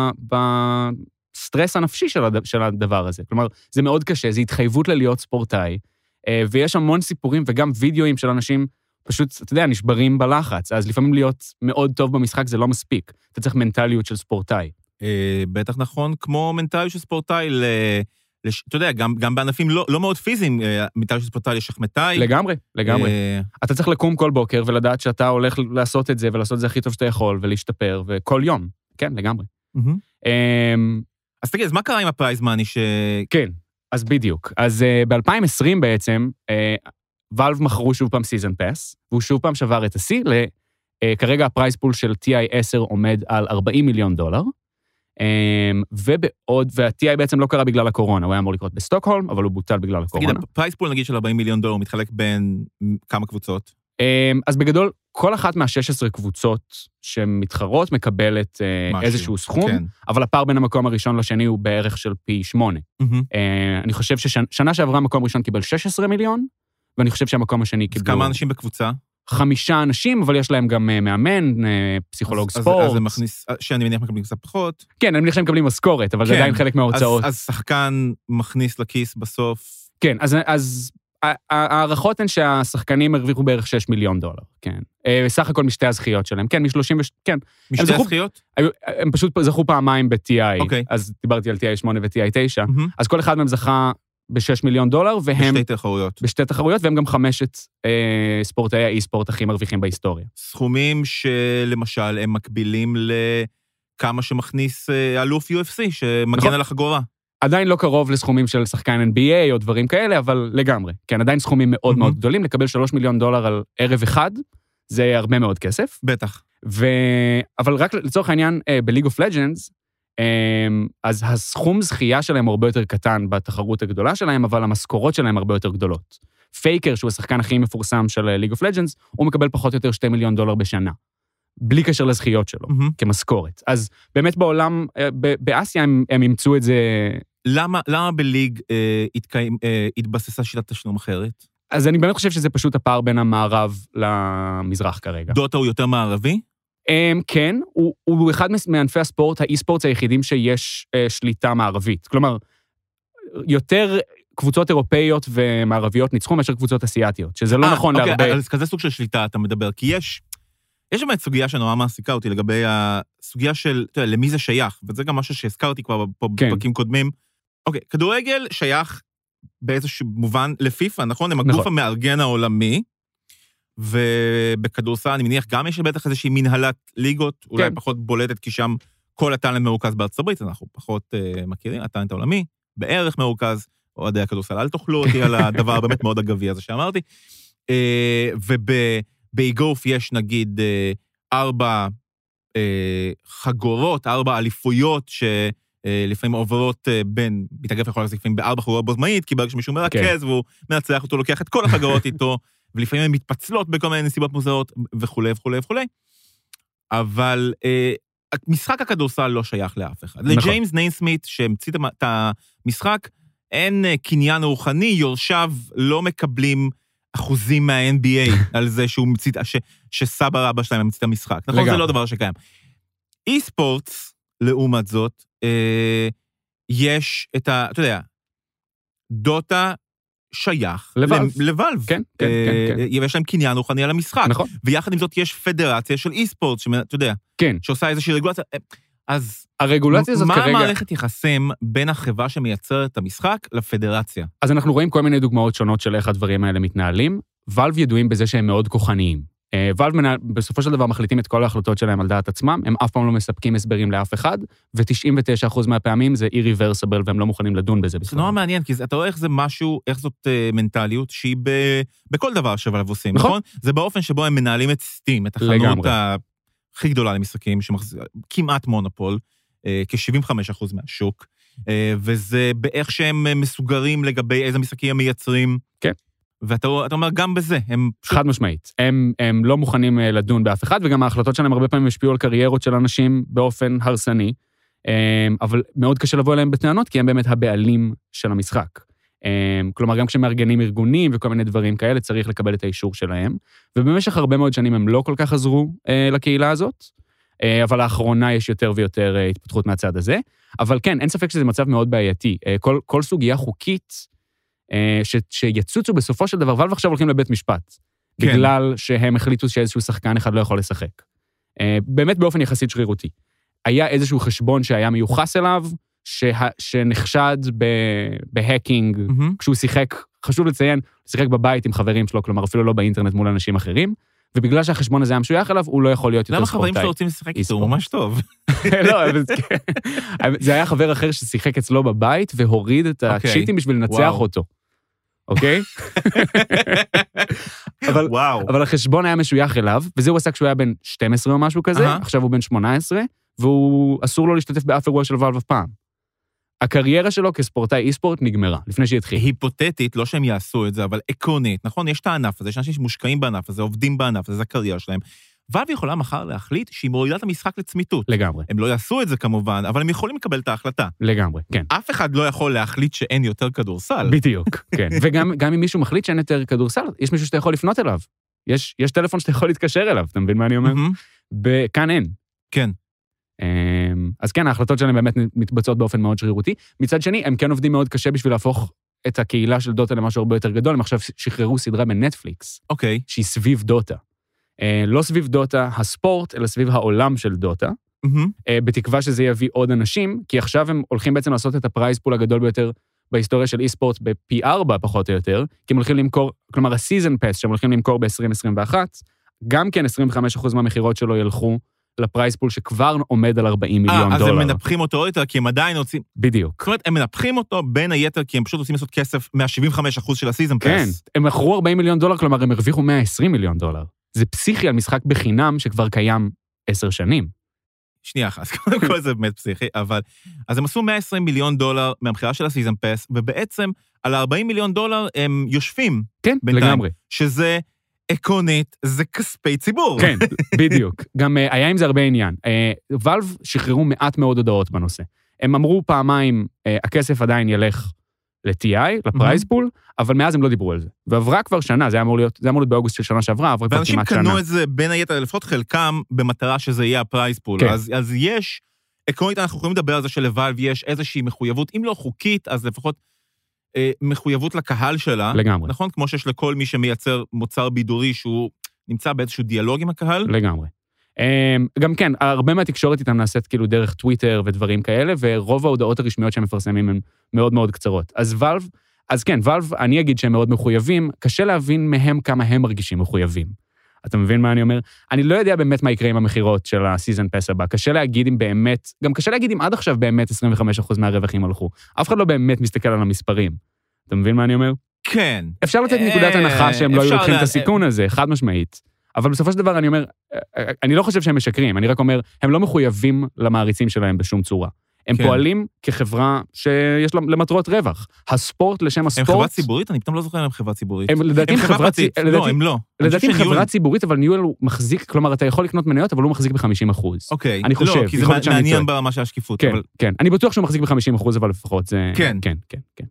בסטרס הנפשי של, הד, של הדבר הזה. כלומר, זה מאוד קשה, זה התחייבות ללהיות ספורטאי, ויש המון סיפורים וגם וידאוים של אנשים פשוט, אתה יודע, נשברים בלחץ, אז לפעמים להיות מאוד טוב במשחק זה לא מספיק. אתה צריך מנטליות של ספורטאי. בטח נכון, כמו מנטליות של ספורטאי ל... לש... אתה יודע, גם, גם בענפים לא, לא מאוד פיזיים, מטל שספורטאי לשחמטאי. לגמרי, לגמרי. אה... אתה צריך לקום כל בוקר ולדעת שאתה הולך לעשות את זה, ולעשות את זה הכי טוב שאתה יכול, ולהשתפר, וכל יום. כן, לגמרי. Mm-hmm. אה... אז תגיד, אז מה קרה עם הפרייז מאני ש... כן, אז בדיוק. אז uh, ב-אלפיים ועשרים בעצם, ואלב uh, מכרו שוב פעם סיזן פאס, והוא שוב פעם שבר את ה-C, ל... uh, כרגע הפרייז פול של טי איי עשר עומד על ארבעים מיליון דולר, ובעוד, וה-טי איי בעצם לא קרה בגלל הקורונה, הוא היה אמור לקרות בסטוקהולם, אבל הוא בוטל בגלל הקורונה. תגיד, הפרייס פול נגיד של ארבעים מיליון דולר מתחלק בין כמה קבוצות? אז בגדול, כל אחת מה-שש עשרה קבוצות שמתחרות מקבלת משהו, איזשהו סכום, כן. אבל הפער בין המקום הראשון לשני הוא בערך של פי שמונה. Mm-hmm. אני חושב ששנה שעברה המקום הראשון קיבל שש עשרה מיליון, ואני חושב שהמקום השני קיבל... כמה אנשים בקבוצה? חמישה אנשים, אבל יש להם גם מאמן, פסיכולוג אז, ספורט. אז זה מכניס, שאני מניח מקבלים קצת פחות. כן, אני מניח שהם מקבלים משכורת, אבל כן. זה עדיין חלק מההוצאות. אז, אז שחקן מכניס לכיס בסוף. כן, אז, אז הערכות הן שהשחקנים הרוויחו בערך שישה מיליון דולר, כן. בסך הכל משתי הזכיות שלהם, כן, מ-שלושים, כן. משתי זכו, הזכיות? הם, הם פשוט זכו פעמיים ב-טי איי, אוקיי. אז דיברתי על טי איי שמונה ו-טי איי תשע, mm-hmm. אז כל אחד מהם זכה ב-שישה מיליון דולר, והם... בשתי תחרויות. בשתי תחרויות, והם גם חמשת אה, ספורטאי האי-ספורט הכי מרוויחים בהיסטוריה. סכומים שלמשל הם מקבילים לכמה שמכניס אה, אלוף יו אף סי, שמגן נכון. על החגורה. עדיין לא קרוב לסכומים של שחקן אן בי איי או דברים כאלה, אבל לגמרי. כן, עדיין סכומים מאוד mm-hmm. מאוד גדולים, לקבל שלוש מיליון דולר על ערב אחד, זה הרבה מאוד כסף. בטח. ו... אבל רק לצורך העניין, אה, ב-League of Legends, אז הסכום זכייה שלהם הרבה יותר קטן בתחרות הגדולה שלהם, אבל המשכורות שלהם הרבה יותר גדולות. פייקר, שהוא השחקן הכי מפורסם של League of Legends, הוא מקבל פחות או יותר שני מיליון דולר בשנה, בלי קשר לזכיות שלו, mm-hmm. כמשכורת. אז באמת בעולם, באסיה הם, הם ימצאו את זה... למה, למה בליג אה, התקיים, אה, התבססה שיטת תשלום אחרת? אז אני באמת חושב שזה פשוט הפער בין המערב למזרח כרגע. דוטה הוא יותר מערבי? כן, הוא, הוא אחד מענפי הספורט, האי-ספורט היחידים שיש שליטה מערבית. כלומר, יותר קבוצות אירופאיות ומערביות ניצחו מאשר קבוצות אסיאתיות, שזה לא נכון להרבה... אוקיי, אז כזה סוג של שליטה אתה מדבר, כי יש, יש באמת סוגיה שנורא מעסיקה אותי לגבי הסוגיה של, אתה יודע, למי זה שייך, וזה גם משהו שהזכרתי כבר פה בפרקים קודמים. אוקיי, כדורגל שייך באיזשהו מובן לפיפה, נכון? הם הגוף המארגן העולמי, ובכדורסל, אני מניח, גם יש בטח איזושהי מנהלת ליגות, אולי כן. פחות בולטת, כי שם כל הטלנט מרוכז בארצות הברית, אנחנו פחות uh, מכירים, הטלנט העולמי, בערך מרוכז, אוהדי הכדורסל, אל תאכלו אותי על הדבר באמת מאוד אגבי הזה שאמרתי, uh, ובאגרוף יש נגיד uh, ארבע uh, חגורות, ארבע אליפויות, שלפעמים עוברות uh, בין, מתאגרף יכול להחזיק לפעמים בארבע חגורות בו זמנית, כי ברגע שמישהו מרכז, והוא מנצח אותו, לוקח את כל החגורות איתו, ולפעמים הן מתפצלות בכל מיני נסיבות מוזרות, וכו' וכו' וכו'. אבל אה, משחק הכדורסל לא שייך לאף אחד. נכון. לג'יימס ניינסמית, שהמציא את המשחק, אין קניין רוחני, יורשיו לא מקבלים אחוזים מה-אן בי איי, על זה שהוא מציא, ש, שסבא רבא שלהם המציא את המשחק. נכון, זה לא דבר שקיים. אי ספורטס, לעומת זאת, אה, יש את ה... אתה יודע, דוטה שייך לוואלב. לוואלב. כן, כן, כן, כן. יש להם קניין רוחני על המשחק. נכון. ויחד עם זאת יש פדרציה של אי-ספורט, שאתה יודע, כן. שעושה איזושהי רגולציה. אז הרגולציה הזאת מה כרגע... מה המערכת יחסים בין החברה שמייצרת את המשחק לפדרציה? אז אנחנו רואים כל מיני דוגמאות שונות של איך הדברים האלה מתנהלים. ואלב ידועים בזה שהם מאוד כוחניים. ואלב בסופו של דבר מחליטים את כל ההחלטות שלהם על דעת עצמם, הם אף פעם לא מספקים הסברים לאף אחד, ו-תשעים ותשעה אחוז מהפעמים זה irreversible, והם לא מוכנים לדון בזה. זה נורא מעניין, כי אתה רואה איך זה משהו, איך זאת מנטליות שהיא בכל דבר שוואלב עושים, נכון? נכון? זה באופן שבו הם מנהלים את סטים, את החנות הכי גדולה למשחקים, כמעט מונופול, כ-שבעים וחמישה אחוז מהשוק, וזה באיך שהם מסוגרים לגבי איזה משחקים הם מייצרים. כן. ואתה אומר, גם בזה, הם... חד משמעית. הם, הם לא מוכנים לדון באף אחד, וגם ההחלטות שלהם הרבה פעמים השפיעו על קריירות של אנשים באופן הרסני, אבל מאוד קשה לבוא אליהם בטענות, כי הם באמת הבעלים של המשחק. כלומר, גם כשמארגנים ארגונים וכל מיני דברים כאלה, צריך לקבל את האישור שלהם, ובמשך הרבה מאוד שנים הם לא כל כך עזרו לקהילה הזאת, אבל לאחרונה יש יותר ויותר התפתחות מהצד הזה. אבל כן, אין ספק שזה מצב מאוד בעייתי. כל, כל סוגיה חוקית, ש, שיצוצו בסופו של דבר, ואלב עכשיו הולכים לבית משפט, כן. בגלל שהם החליטו שאיזשהו שחקן אחד לא יכול לשחק. באמת באופן יחסית שרירותי. היה איזשהו חשבון שהיה מיוחס אליו, שה, שנחשד ב, בהקינג, mm-hmm. כשהוא שיחק, חשוב לציין, שיחק בבית עם חברים שלו, כלומר אפילו לא באינטרנט מול אנשים אחרים, ובגלל שהחשבון הזה היה משוייך אליו, הוא לא יכול להיות יותר ספורטאי. למה חברים שלו רוצים לשחק איתו? הוא ממש טוב. לא, זה היה חבר אחר ששיחק אצלו בבית, והוריד את הצ'יטים בשביל לנצח אותו. אוקיי? אבל, אבל החשבון היה משוייך אליו, וזה הוא עשה כשהוא היה בן שתים עשרה או משהו כזה, עכשיו הוא בן שמונה עשרה, והוא אסור לו להשתתף באף אירוע של ואלב אף פעם. הקריירה שלו כספורטאי אי-ספורט נגמרה, לפני שהתחיל. היפותטית, לא שהם יעשו את זה, אבל עקרונית, נכון? יש את הענף הזה, יש אנשים שמושקעים בענף הזה, עובדים בענף הזה, זה הקריירה שלהם. ואלב יכולה מחר להחליט שהיא מורידה את המשחק לצמיתות. לגמרי. הם לא יעשו את זה כמובן, אבל הם יכולים לקבל את ההחלטה. לגמרי, כן. אף אחד לא יכול להחליט שאין יותר כדורסל. בדיוק, כן. וגם גם אם מישהו מחליט שאין יותר כדורסל, יש מישהו שאתה יכול לפנות אליו. יש, יש טלפון שאתה יכול להתקשר אליו, אתה מבין מה אני אומר? וכאן אין. כן. אז כן, ההחלטות שלהם באמת מתבצעות באופן מאוד שרירותי. מצד שני, הם כן עובדים מאוד קשה בשביל להפוך את הקהילה של דוטה למשהו הרבה יותר גדול. הם עכשיו שחררו סדרה בנטפליקס. אוקיי. שהיא סביב דוטה. לא סביב דוטה הספורט, אלא סביב העולם של דוטה. בתקווה שזה יביא עוד אנשים, כי עכשיו הם הולכים בעצם לעשות את הפרייז פול הגדול ביותר בהיסטוריה של אי-ספורט בפי ארבע פחות או יותר, כי הם הולכים למכור, כלומר הסיזן פס שהם הולכים למכור ב-עשרים עשרים ואחת, גם כן עשרים וחמישה אחוז מהמחירות שלו ילכו לפרייס פול שכבר עומד על ארבעים מיליון דולר. אז הם מנפחים אותו יותר, כי הם עדיין רוצים... בדיוק. זאת אומרת, הם מנפחים אותו בין היתר, כי הם פשוט רוצים לעשות כסף מה-שבעים וחמישה אחוז של הסיזן פס. כן, הם מכרו ארבעים מיליון דולר, כלומר הם הרוויחו מאה ועשרים מיליון דולר. זה פסיכי על משחק בחינם שכבר קיים עשר שנים. שנייה אחת, אז קודם כל זה באמת פסיכי, אבל... אז הם עשו מאה ועשרים מיליון דולר מהמחירה של הסיזן פס, ובעצם על ארבעים מיליון דולר הם יושבים. כן, לגמרי. שזה עקרונית, זה כספי ציבור. כן, בדיוק. גם היה עם זה הרבה עניין. ואלב שחררו מעט מאוד הודעות בנושא. הם אמרו פעמיים, הכסף עדיין ילך ל-טי איי, לפרייז פול, אבל מאז הם לא דיברו על זה. ועברה כבר שנה, זה היה אמור להיות, זה אמור להיות באוגוסט של שנה שעברה, עברה כבר כמעט שנה. ואנשים קנו את זה בין היתר, לפחות חלקם, במטרה שזה יהיה הפרייז פול. אז, אז יש, עקרונית אנחנו יכולים לדבר על זה שלוואלב יש איזושהי מחויבות, אם לא חוקית, אז לפחות אה, מחויבות לקהל שלה. לגמרי. נכון? כמו שיש לכל מי שמייצר מוצר בידורי, שהוא נמצא באיזשהו דיאלוג עם הקהל. לגמרי. גם כן, הרבה מהתקשורת איתם נעשית כאילו דרך טוויטר ודברים כאלה, ורוב ההודעות הרשמיות שהם מפרסמים הן מאוד מאוד קצרות. אז ואלב, אז כן, ואלב, אני אגיד שהם מאוד מחויבים, קשה להבין מהם כמה הם מרגישים מחויבים. אתה מבין מה אני אומר? אני לא יודע באמת מה יקרה עם המחירות של הסיזן פס הבא, קשה להגיד אם באמת, גם קשה להגיד אם עד עכשיו באמת עשרים וחמישה אחוז מהרווחים הלכו. אף אחד לא באמת מסתכל על המספרים. אתה מבין מה אני אומר? כן. אפשר לתת נקודת הנחה שהם לא היו לוקחים את הסיכון הזה, חד משמעית. אבל בסופו של דבר אני אומר, אני לא חושב שהם משקרים, אני רק אומר, הם לא מחויבים למעריצים שלהם בשום צורה. הם כן. פועלים כחברה שיש לה למטרות רווח. הספורט לשם הספורט... הם חברה ציבורית? אני פתאום לא זוכר אם הם חברה ציבורית. הם לדעתי הם חברה ציבורית. לא, הם לא. לדעתי הם חברה ציבורית, אבל ניהול הוא מחזיק, כלומר, אתה יכול לקנות מניות, אבל הוא מחזיק ב-חמישים אחוז. אוקיי. אני חושב. לא, כי זה מעניין ברמה של השקיפות. כן, כן. אני בטוח שהוא מחזיק ב-חמישים אחוז, אבל לפחות זה... כן. כן, כן, כן.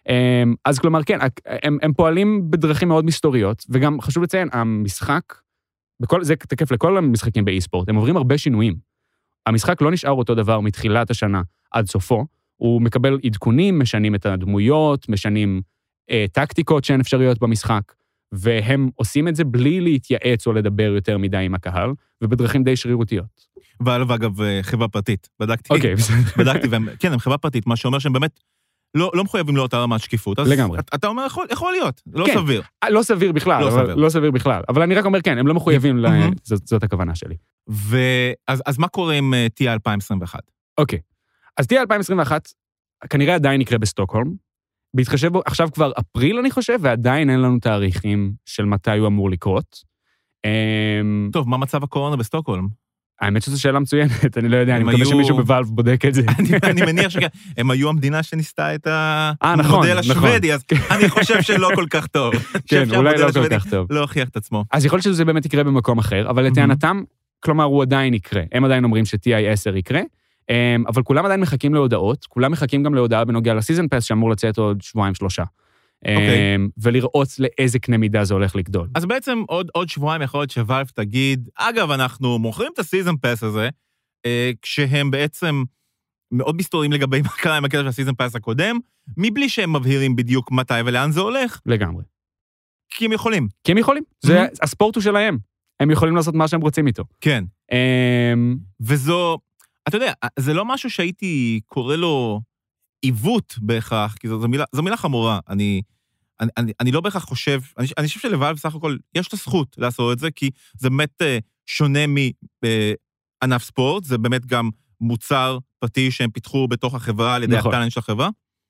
אז כלומר, כן, הם, הם פועלים בדרכים מאוד מסתוריות, וגם חשוב לציין, המשחק, בכל, זה תקף לכל המשחקים באי-ספורט, הם עוברים הרבה שינויים. המשחק לא נשאר אותו דבר מתחילת השנה עד סופו, הוא מקבל עדכונים, משנים את הדמויות, משנים אה, טקטיקות שהן אפשריות במשחק, והם עושים את זה בלי להתייעץ או לדבר יותר מדי עם הקהל, ובדרכים די שרירותיות. ואגב, חברה פרטית, בדקתי. אוקיי, בסדר. בדקתי, והם, כן, הם חברה פרטית, מה שאומר שהם באמת לא, לא מחויבים לאותה רמת שקיפות. אז לגמרי. אתה, אתה אומר, יכול, יכול להיות, לא כן. סביר. לא סביר בכלל, לא אבל, סביר. לא סביר בכלל. אבל אני רק אומר, כן, הם לא מחויבים, ל... זאת, זאת הכוונה שלי. ואז, אז מה קורה עם טי איי אלפיים עשרים ואחת? אוקיי. אז טי איי אלפיים עשרים ואחת, כנראה עדיין יקרה בסטוקהולם. בהתחשב בו, עכשיו כבר אפריל, אני חושב, ועדיין אין לנו תאריכים של מתי הוא אמור לקרות. טוב, מה מצב הקורונה בסטוקהולם? האמת שזו שאלה מצוינת, אני לא יודע, אני מקווה היו... שמישהו בוואלב בודק את זה. אני, אני מניח שכן, הם היו המדינה שניסתה את המודל נכון, השוודי, נכון. אז אני חושב שלא כל כך טוב. כן, אולי לא כל כך טוב. לא הוכיח את עצמו. אז יכול להיות שזה באמת יקרה במקום אחר, אבל לטענתם, כלומר, הוא עדיין יקרה. הם עדיין אומרים ש-טי איי עשר יקרה, אבל כולם עדיין מחכים להודעות, כולם מחכים גם להודעה בנוגע לסיזן פאס, שאמור לצאת עוד שבועיים שלושה. Okay. ולראות לאיזה קנה מידה זה הולך לגדול. אז בעצם עוד, עוד שבועיים יכול להיות שוואלב תגיד, אגב, אנחנו מוכרים את הסיזן פאס הזה, כשהם בעצם מאוד מסתורים לגבי מה קרה עם הקטע של הסיזן פאס הקודם, מבלי שהם מבהירים בדיוק מתי ולאן זה הולך. לגמרי. כי הם יכולים. כי הם יכולים. זה, הספורט הוא שלהם. הם יכולים לעשות מה שהם רוצים איתו. כן. וזו, אתה יודע, זה לא משהו שהייתי קורא לו עיוות בהכרח, כי זו, זו, מילה, זו מילה חמורה. אני, אני, אני, אני לא בהכרח חושב, אני, אני חושב שלבעל בסך הכל יש את הזכות לעשות את זה, כי זה באמת שונה מענף ספורט, זה באמת גם מוצר פרטי שהם פיתחו בתוך החברה, על ידי נכון. הטלנט של החברה.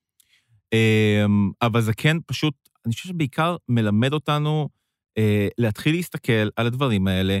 אבל זה כן פשוט, אני חושב שבעיקר מלמד אותנו להתחיל להסתכל על הדברים האלה,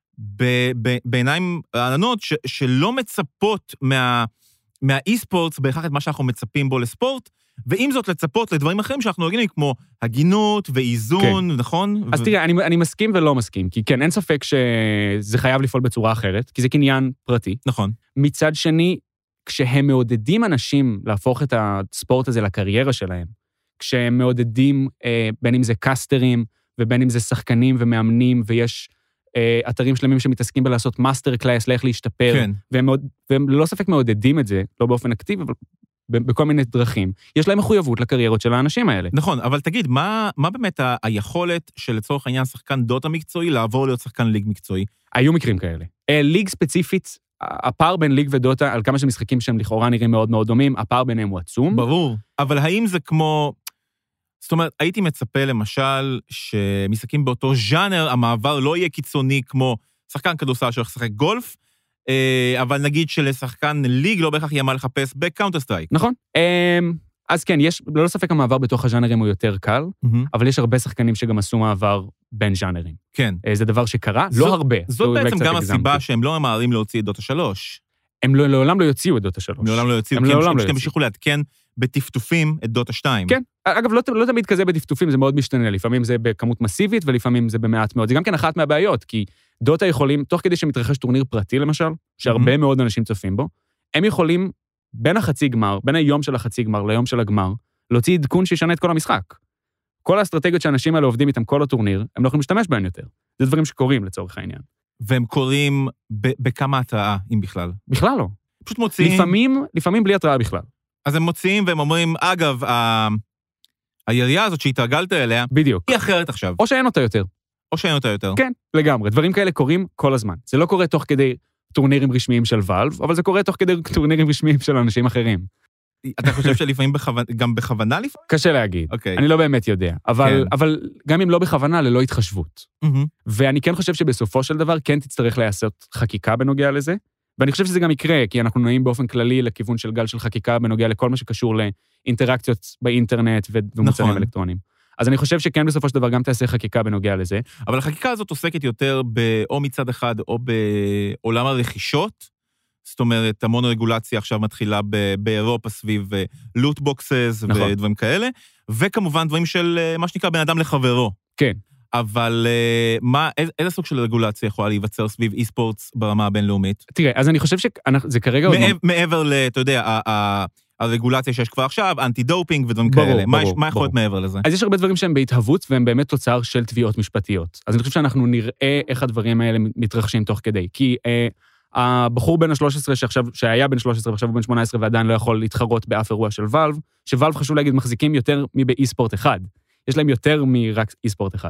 בעיניים רעננות שלא מצפות מה... מהאי-ספורט בהכרח את מה שאנחנו מצפים בו לספורט, ועם זאת לצפות לדברים אחרים שאנחנו נוגעים, כמו הגינות ואיזון, כן. נכון? אז ו... תראה, אני, אני מסכים ולא מסכים, כי כן, אין ספק שזה חייב לפעול בצורה אחרת, כי זה קניין פרטי. נכון. מצד שני, כשהם מעודדים אנשים להפוך את הספורט הזה לקריירה שלהם, כשהם מעודדים אה, בין אם זה קסטרים, ובין אם זה שחקנים ומאמנים, ויש אתרים שלמים שמתעסקים בלעשות מאסטר קלאס, לאיך להשתפר, כן. והם, מאוד, והם ללא ספק מעודדים את זה, לא באופן אקטיבי, אבל בכל מיני דרכים. יש להם מחויבות לקריירות של האנשים האלה. נכון, אבל תגיד, מה, מה באמת ה- היכולת של לצורך העניין שחקן דוטה מקצועי, לעבור להיות שחקן ליג מקצועי? היו מקרים כאלה. ליג ספציפית, הפער בין ליג ודוטה, על כמה שמשחקים שהם לכאורה נראים מאוד מאוד דומים, הפער ביניהם הוא עצום. ברור, אבל האם זה כמו... זאת אומרת, הייתי מצפה למשל שמשחקים באותו ז'אנר, המעבר לא יהיה קיצוני כמו שחקן כדורסל שהולך לשחק גולף, אבל נגיד שלשחקן ליג לא בהכרח יהיה מה לחפש בקאונטר סטרייק. נכון. אז כן, יש, לא ספק המעבר בתוך הז'אנרים הוא יותר קל, אבל יש הרבה שחקנים שגם עשו מעבר בין ז'אנרים. כן. זה דבר שקרה, לא הרבה. זאת בעצם גם הסיבה שהם לא ממהרים להוציא את דוטה שלוש. הם לעולם לא יוציאו את דוטה שלוש. הם לעולם לא יוציאו, כי הם המשיכו לעדכן בטפטופים את דוטה שתיים. כן. אגב, לא, לא תמיד כזה בטפטופים, זה מאוד משתנה. לפעמים זה בכמות מסיבית, ולפעמים זה במעט מאוד. זה גם כן אחת מהבעיות, כי דוטה יכולים, תוך כדי שמתרחש טורניר פרטי, למשל, שהרבה mm-hmm. מאוד אנשים צופים בו, הם יכולים, בין החצי גמר, בין היום של החצי גמר ליום של הגמר, להוציא עדכון שישנה את כל המשחק. כל האסטרטגיות שהאנשים האלה עובדים איתם כל הטורניר, הם לא יכולים להשתמש בהם יותר. זה דברים שקורים לצורך העניין. והם קוראים בכמה התראה, אם בכלל? בכלל לא. פשוט מוציאים... לפעמים, לפעמים בלי התראה בכלל. אז הם מוציאים והם אומרים, אגב, ה... הירייה הזאת שהתרגלת אליה, בדיוק. היא אחרת עכשיו. או שאין אותה יותר. או שאין אותה יותר. כן, לגמרי. דברים כאלה קורים כל הזמן. זה לא קורה תוך כדי טורנירים רשמיים של ואלב, אבל זה קורה תוך כדי טורנירים רשמיים של אנשים אחרים. אתה חושב שלפעמים בכוונה, גם בכוונה לפעמים? קשה להגיד. Okay. אני לא באמת יודע. אבל, כן. אבל גם אם לא בכוונה, ללא התחשבות. Mm-hmm. ואני כן חושב שבסופו של דבר כן תצטרך לעשות חקיקה בנוגע לזה, ואני חושב שזה גם יקרה, כי אנחנו נעים באופן כללי לכיוון של גל של חקיקה בנוגע לכל מה שקשור לאינטראקציות באינטרנט ומוצרים נכון. אלקטרוניים. אז אני חושב שכן בסופו של דבר גם תעשה חקיקה בנוגע לזה. אבל החקיקה הזאת עוסקת יותר או מצד אחד או בעולם הרכישות, זאת אומרת, המון רגולציה עכשיו מתחילה באירופה סביב לוט בוקסס נכון. ודברים כאלה, וכמובן דברים של מה שנקרא בן אדם לחברו. כן. אבל מה, איזה סוג של רגולציה יכולה להיווצר סביב אי-ספורטס ברמה הבינלאומית? תראה, אז אני חושב שזה כרגע... מעבר ל, אתה יודע, הרגולציה שיש כבר עכשיו, אנטי דופינג ודברים כאלה. מה יכול להיות מעבר לזה? אז יש הרבה דברים שהם בהתהוות, והם באמת תוצר של תביעות משפטיות. אז אני חושב שאנחנו נראה איך הדברים האלה מתרחשים תוך כדי. כי הבחור בן ה-שלוש עשרה שעכשיו, שהיה בן שלוש עשרה ועכשיו הוא בן שמונה עשרה ועדיין לא יכול להתחרות באף אירוע של ולב, שוולב חשוב להגיד מחזיקים יותר מבאי ספורט אחד. יש להם יותר מרק אי ספורט אחד.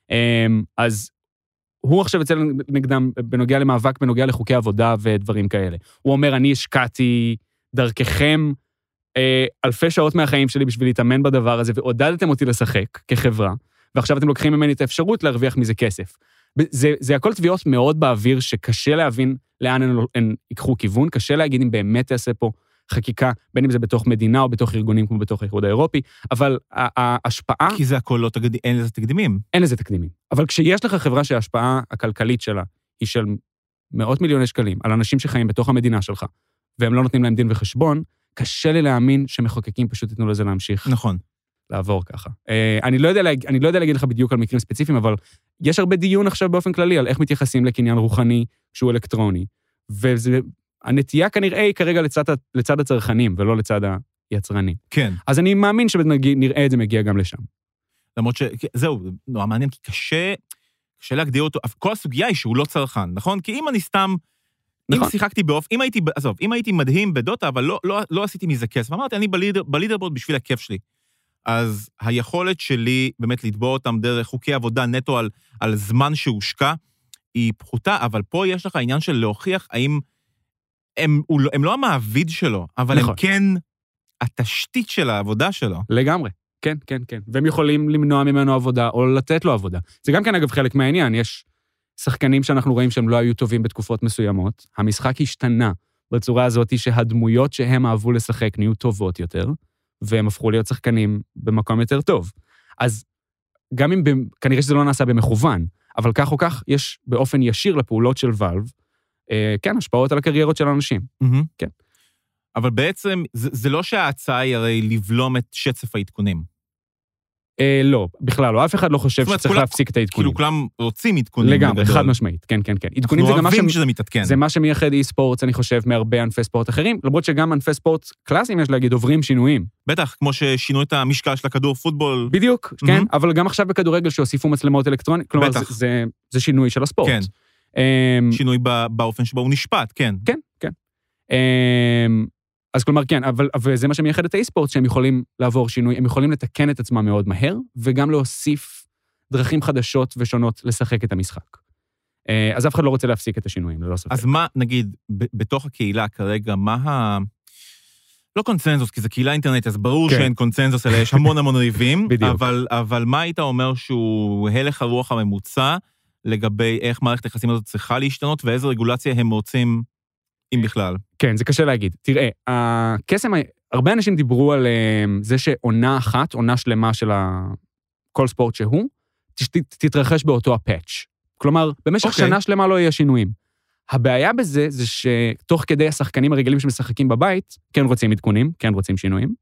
אז הוא עכשיו יצא נגדם בנוגע למאבק, בנוגע לחוקי עבודה ודברים כאלה. הוא אומר, אני השקעתי דרככם אלפי שעות מהחיים שלי בשביל להתאמן בדבר הזה, ועודדתם אותי לשחק כחברה, ועכשיו אתם לוקחים ממני את האפשרות להרוויח מזה כסף. זה, זה הכל תביעות מאוד באוויר, שקשה להבין לאן הן, הן ייקחו כיוון, קשה להגיד אם באמת תעשה פה חקיקה, בין אם זה בתוך מדינה או בתוך ארגונים כמו בתוך האיחוד האירופי, אבל ההשפעה... כי זה הכל לא תקדים, אין לזה תקדימים. אין לזה תקדימים. אבל כשיש לך חברה שההשפעה הכלכלית שלה היא של מאות מיליוני שקלים, על אנשים שחיים בתוך המדינה שלך, והם לא נותנים להם דין וחשבון, קשה לי להאמין שמחוקקים פשוט ייתנו לזה להמשיך. נכון. לעבור ככה. אני לא יודע, אני לא יודע להגיד לך בדיוק על מקרים ספציפיים, אבל יש הרבה דיון עכשיו באופן כללי על איך מתייחסים לקניין רוחני שהוא אלקטרוני, והנטייה כנראה היא כרגע לצד, לצד הצרכנים, ולא לצד היצרנים. כן. אז אני מאמין שנראה את זה מגיע גם לשם. למרות ש... זהו, נורא מעניין, כי קשה, קשה להגדיר אותו, כל הסוגיה היא שהוא לא צרכן, נכון? כי אם אני סתם, נכון. אם שיחקתי באוף, אם הייתי, עזוב, אם הייתי מדהים בדוטה, אבל לא, לא, לא עשיתי מזה כסף, אמרתי, אני בלידר, בלידרבורד בשביל הכיף שלי. אז היכולת שלי באמת לתבוע אותם דרך חוקי עבודה נטו על, על זמן שהושקע, היא פחותה, אבל פה יש לך עניין של להוכיח האם הם, הם לא המעביד שלו, אבל נכון. הם כן התשתית של העבודה שלו. לגמרי, כן, כן, כן. והם יכולים למנוע ממנו עבודה או לתת לו עבודה. זה גם כן אגב חלק מהעניין, יש שחקנים שאנחנו רואים שהם לא היו טובים בתקופות מסוימות, המשחק השתנה בצורה הזאת שהדמויות שהם אהבו לשחק נהיו טובות יותר, והם הפכו להיות שחקנים במקום יותר טוב. אז גם אם כנראה שזה לא נעשה במכוון, אבל כך או כך יש באופן ישיר לפעולות של ולב, אה, כן, השפעות על הקריירות של האנשים. Mm-hmm. כן. אבל בעצם זה, זה לא שההצעה היא הרי לבלום את שצף העדכונים. אה, לא, בכלל לא. אף אחד לא חושב שצריך כולה, להפסיק את העדכונים. כאילו כולם רוצים עדכונים. לגמרי, חד משמעית, כן, כן, כן. עדכונים זה גם מה ש... שזה מתעדכן. זה מה שמייחד אי ספורט, אני חושב, מהרבה ענפי ספורט אחרים, למרות שגם ענפי ספורט קלאסיים, יש להגיד, עוברים שינויים. בטח, כמו ששינו את המשקל של הכדור פוטבול. בדיוק, mm-hmm. כן, אבל גם עכשיו בכדורגל שהוסיפו מצלמות אלקטרוניות, כלומר, זה, זה, זה שינוי של הספורט. כן. Um, שינוי באופן שבו הוא נשפט, כן. כן, כן. Um, אז כלומר, כן, אבל, אבל זה מה שמייחד את האי-ספורט, שהם יכולים לעבור שינוי, הם יכולים לתקן את עצמם מאוד מהר, וגם להוסיף דרכים חדשות ושונות לשחק את המשחק. אז אף אחד לא רוצה להפסיק את השינויים, ללא ספק. אז מה, נגיד, ב- בתוך הקהילה כרגע, מה ה... לא קונצנזוס, כי זה קהילה אינטרנט, אז ברור כן. שאין קונצנזוס, אלא יש המון המון ריבים, אבל, אבל מה היית אומר שהוא הלך הרוח הממוצע, לגבי איך מערכת היחסים הזאת צריכה להשתנות, ואיזו רגולציה הם רוצים, אם בכלל? כן, זה קשה להגיד. תראה, הקסם, הרבה אנשים דיברו על זה שעונה אחת, עונה שלמה של כל ספורט שהוא, תתרחש באותו הפאץ'. כלומר, במשך okay. שנה שלמה לא יהיה שינויים. הבעיה בזה, זה שתוך כדי השחקנים הרגילים שמשחקים בבית, כן רוצים עדכונים, כן רוצים שינויים,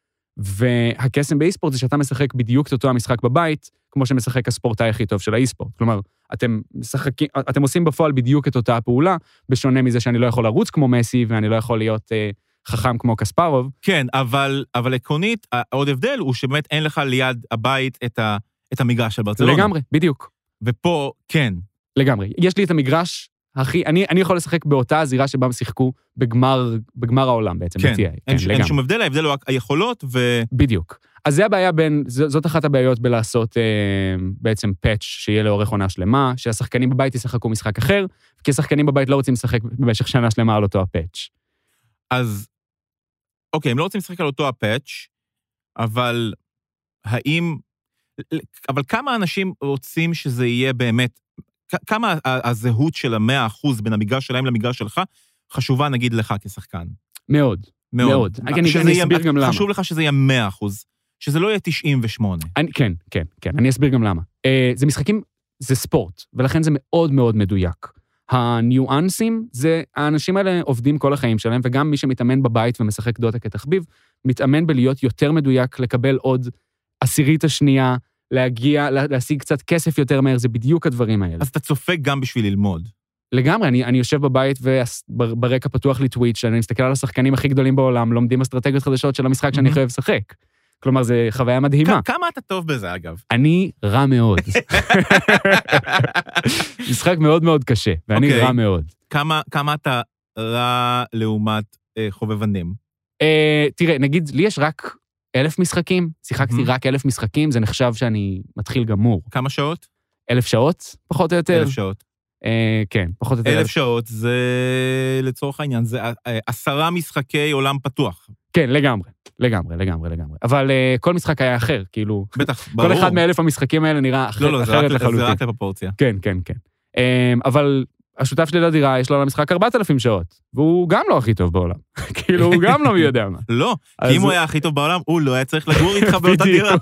והקסם באי-ספורט זה שאתה משחק בדיוק את אותו המשחק בבית, כמו שמשחק הספורטאי הכי טוב של האי-ספורט. כלומר, אתם משחקים, אתם עושים בפועל בדיוק את אותה הפעולה, בשונה מזה שאני לא יכול לרוץ כמו מסי, ואני לא יכול להיות אה, חכם כמו קספרוב. כן, אבל, אבל עקרונית, עוד הבדל הוא שבאמת אין לך ליד הבית את, ה, את המגרש של ברצלונה. לגמרי, בדיוק. ופה, כן. לגמרי. יש לי את המגרש הכי, אני, אני יכול לשחק באותה הזירה שבה הם שיחקו בגמר, בגמר העולם בעצם. כן, אין, כן, ש, אין שום הבדל, ההבדל הוא היכולות ו... בדיוק. אז זה הבעיה בין, זאת אחת הבעיות בלעשות אה, בעצם פאץ' שיהיה לאורך עונה שלמה, שהשחקנים בבית ישחקו משחק אחר, כי השחקנים בבית לא רוצים לשחק במשך שנה שלמה על אותו הפאץ'. אז, אוקיי, הם לא רוצים לשחק על אותו הפאץ', אבל האם, אבל כמה אנשים רוצים שזה יהיה באמת, כמה הזהות של המאה אחוז בין המגרש שלהם למגרש שלך, חשובה נגיד לך כשחקן? מאוד, מאוד. מאוד. אני, אני אסביר גם למה. חשוב לך שזה יהיה מאה אחוז, שזה לא יהיה תשעים ושמונה. אני, כן, כן, כן, אני אסביר גם למה. Uh, זה משחקים, זה ספורט, ולכן זה מאוד מאוד מדויק. הניואנסים, זה, האנשים האלה עובדים כל החיים שלהם, וגם מי שמתאמן בבית ומשחק דוטה כתחביב, מתאמן בלהיות יותר מדויק, לקבל עוד עשירית השנייה, להגיע, להשיג קצת כסף יותר מהר, זה בדיוק הדברים האלה. אז אתה צופה גם בשביל ללמוד. לגמרי, אני, אני יושב בבית וברקע פתוח לי טוויץ', אני מסתכל על השחקנים הכי גדולים בעולם, לומדים אסטרטגיות חדשות של המשחק שאני חייב לשחק. כלומר, זו חוויה מדהימה. כמה אתה טוב בזה, אגב? אני רע מאוד. משחק מאוד מאוד קשה, ואני רע מאוד. כמה, כמה אתה רע לעומת אה, חובבנים? אה, תראה, נגיד, לי יש רק אלף משחקים, שיחקתי רק אלף משחקים, זה נחשב שאני מתחיל גמור. כמה שעות? אלף שעות, פחות או יותר. אלף שעות. אה, כן, פחות או יותר. אלף שעות זה, לצורך העניין, זה עשרה משחקי עולם פתוח. כן, לגמרי, לגמרי, לגמרי, לגמרי. אבל uh, כל משחק היה אחר, כאילו... בטח, ברור. כל אחד מאלף המשחקים האלה נראה אחר, לא, לא, אחרת לחלוטין. זה רק לפרופורציה. כן, כן, כן. Um, אבל השותף שלי לדירה, יש לו על המשחק ארבעת אלפים שעות, והוא גם לא הכי טוב בעולם. כאילו, הוא גם לא מי יודע מה. לא, כי אם הוא היה הכי טוב בעולם, הוא לא היה צריך לגור איתך באותה דירה.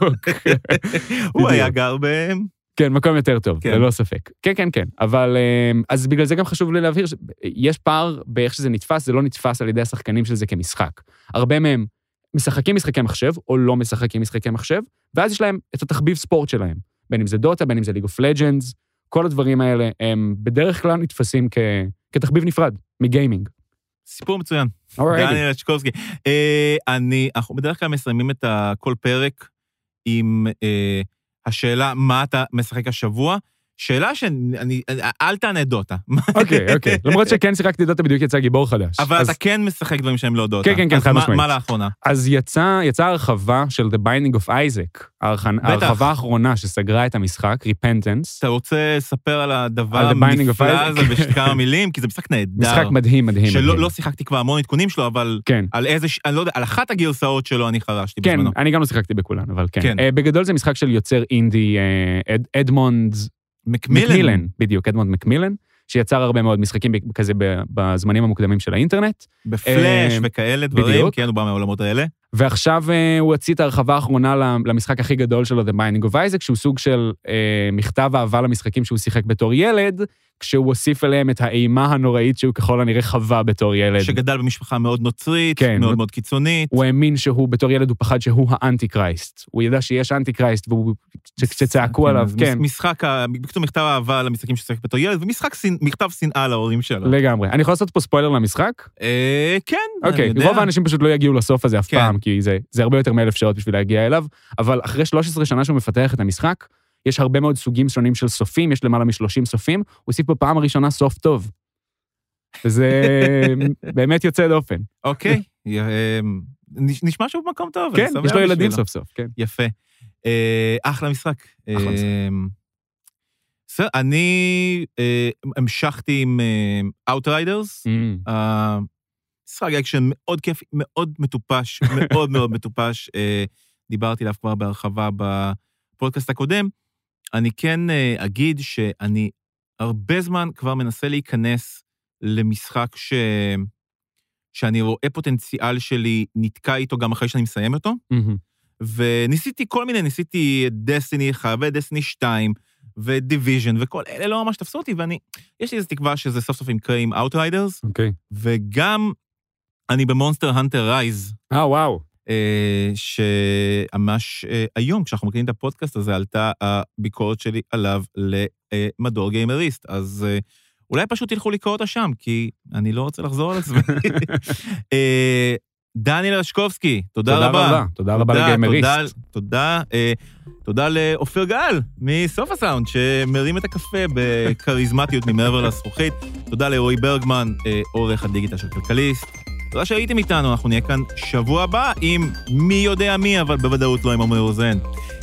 הוא היה גר בהם. כן, מקום יותר טוב, ללא ספק. כן, כן, כן. אבל, אז בגלל זה גם חשוב לי להבהיר, יש פער באיך שזה נתפס, זה לא נתפס על ידי השחקנים של זה כמשחק. הרבה מהם משחקים משחקי מחשב, או לא משחקים משחקי מחשב, ואז יש להם את התחביב ספורט שלהם. בין אם זה דוטה, בין אם זה ליג אוף לג'נדס, כל הדברים האלה, הם בדרך כלל נתפסים כ... כתחביב נפרד, מגיימינג. סיפור מצוין. Alrighty. דניאל צ'קובסקי. אני, אנחנו בדרך כלל מסיימים את כל פרק עם... השאלה, מה אתה משחק השבוע? שאלה שאני, אל תענה דוטה. אוקיי, אוקיי. למרות שכן שיחקתי דוטה, בדיוק יצא גיבור חדש. אבל אתה כן משחק דברים שהם לא דוטה. כן, כן, כן, חד משמעית. מה לאחרונה? אז יצאה הרחבה של The Binding of Isaac, ההרחבה האחרונה שסגרה את המשחק, Repentance. אתה רוצה לספר על הדבר המפלא הזה בכמה מילים? כי זה משחק נהדר. משחק מדהים, מדהים. שלא שיחקתי כבר המון עדכונים שלו, אבל על איזה, אני לא יודע, על אחת הגרסאות שלו אני חרשתי בזמנו. כן, אני גם לא שיחקתי בכולן, אבל כן. בגדול זה משחק של יוצר אינדי, אדמונד מקמילן, בדיוק, אדמונד מקמילן, שיצר הרבה מאוד משחקים כזה בזמנים המוקדמים של האינטרנט. בפלאש וכאלה דברים, כי הוא בא מהעולמות האלה. ועכשיו הוא הוציא את הרחבה האחרונה למשחק הכי גדול שלו, The Binding of Isaac, שהוא סוג של מכתב אהבה למשחקים שהוא שיחק בתור ילד, כשהוא הוסיף אליהם את האימה הנוראית שהוא ככל הנראה חווה בתור ילד. שגדל במשפחה מאוד נוצרית, כן, מאוד מאוד קיצונית. הוא האמין שהוא בתור ילד, הוא פחד שהוא האנטי-קרייסט. הוא ידע שיש אנטי-קרייסט, וכשצעקו עליו, כן. משחק, בקצור מכתב אהבה למשחקים ששיחק בתור ילד, ומשחק מכתב שנאה להורים שלו. לגמרי. אני יכול לעשות פה ספוילר למשחק? כן, אוקיי, רוב האנשים פשוט לא יגיעו לסוף הזה אף פעם, כי זה, זה הרבה יותר מאלף שעות בשביל להגיע אליו, אבל אחרי שלוש עשרה שנה שהוא מפתח את המשחק, יש הרבה מאוד סוגים שונים של סופים, יש למעלה מ-שלושים סופים, הוא הוסיף בפעם הראשונה סוף טוב. וזה באמת יוצא דופן. אוקיי, נשמע שהוא במקום טוב. כן, יש לו ילדים סוף סוף, כן. יפה. אחלה משחק. אחלה משחק. אני המשכתי עם Outriders, משחק אקשן מאוד כיף, מאוד מטופש, מאוד מאוד מטופש, דיברתי עליו כבר בהרחבה בפודקאסט הקודם, אני כן אגיד שאני הרבה זמן כבר מנסה להיכנס למשחק ש... שאני רואה פוטנציאל שלי נתקע איתו גם אחרי שאני מסיים אותו, וניסיתי כל מיני, ניסיתי דסטיני אחד ודסטיני שתיים, ודיוויז'ן וכל אלה לא ממש תפסו אותי, ואני, יש לי איזו תקווה שזה סוף סוף יקרה עם Outriders, okay. וגם אני במונסטר הנטר רייז. אה, וואו. שממש היום, כשאנחנו מקליטים את הפודקאסט הזה, עלתה הביקורת שלי עליו למדור גיימריסט, אז אולי פשוט תלכו לקרוא אותה שם, כי אני לא רוצה לחזור על עצמי. דניאל הרשקובסקי, תודה רבה. תודה רבה, תודה רבה לגיימריסט. תודה, תודה לאופיר גל, מסוף הסאונד, שמרים את הקפה בקריזמטיות ממעבר לזכוכית. תודה לרועי ברגמן, עורך הדיגיטל של כלכליסט. תודה שהייתם איתנו, אנחנו נהיה כאן שבוע הבא עם מי יודע מי, אבל בוודאות לא עם עמרי רוזן.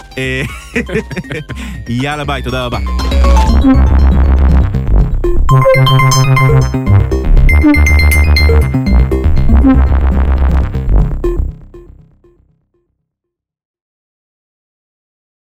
יאללה ביי, תודה רבה. Thank you.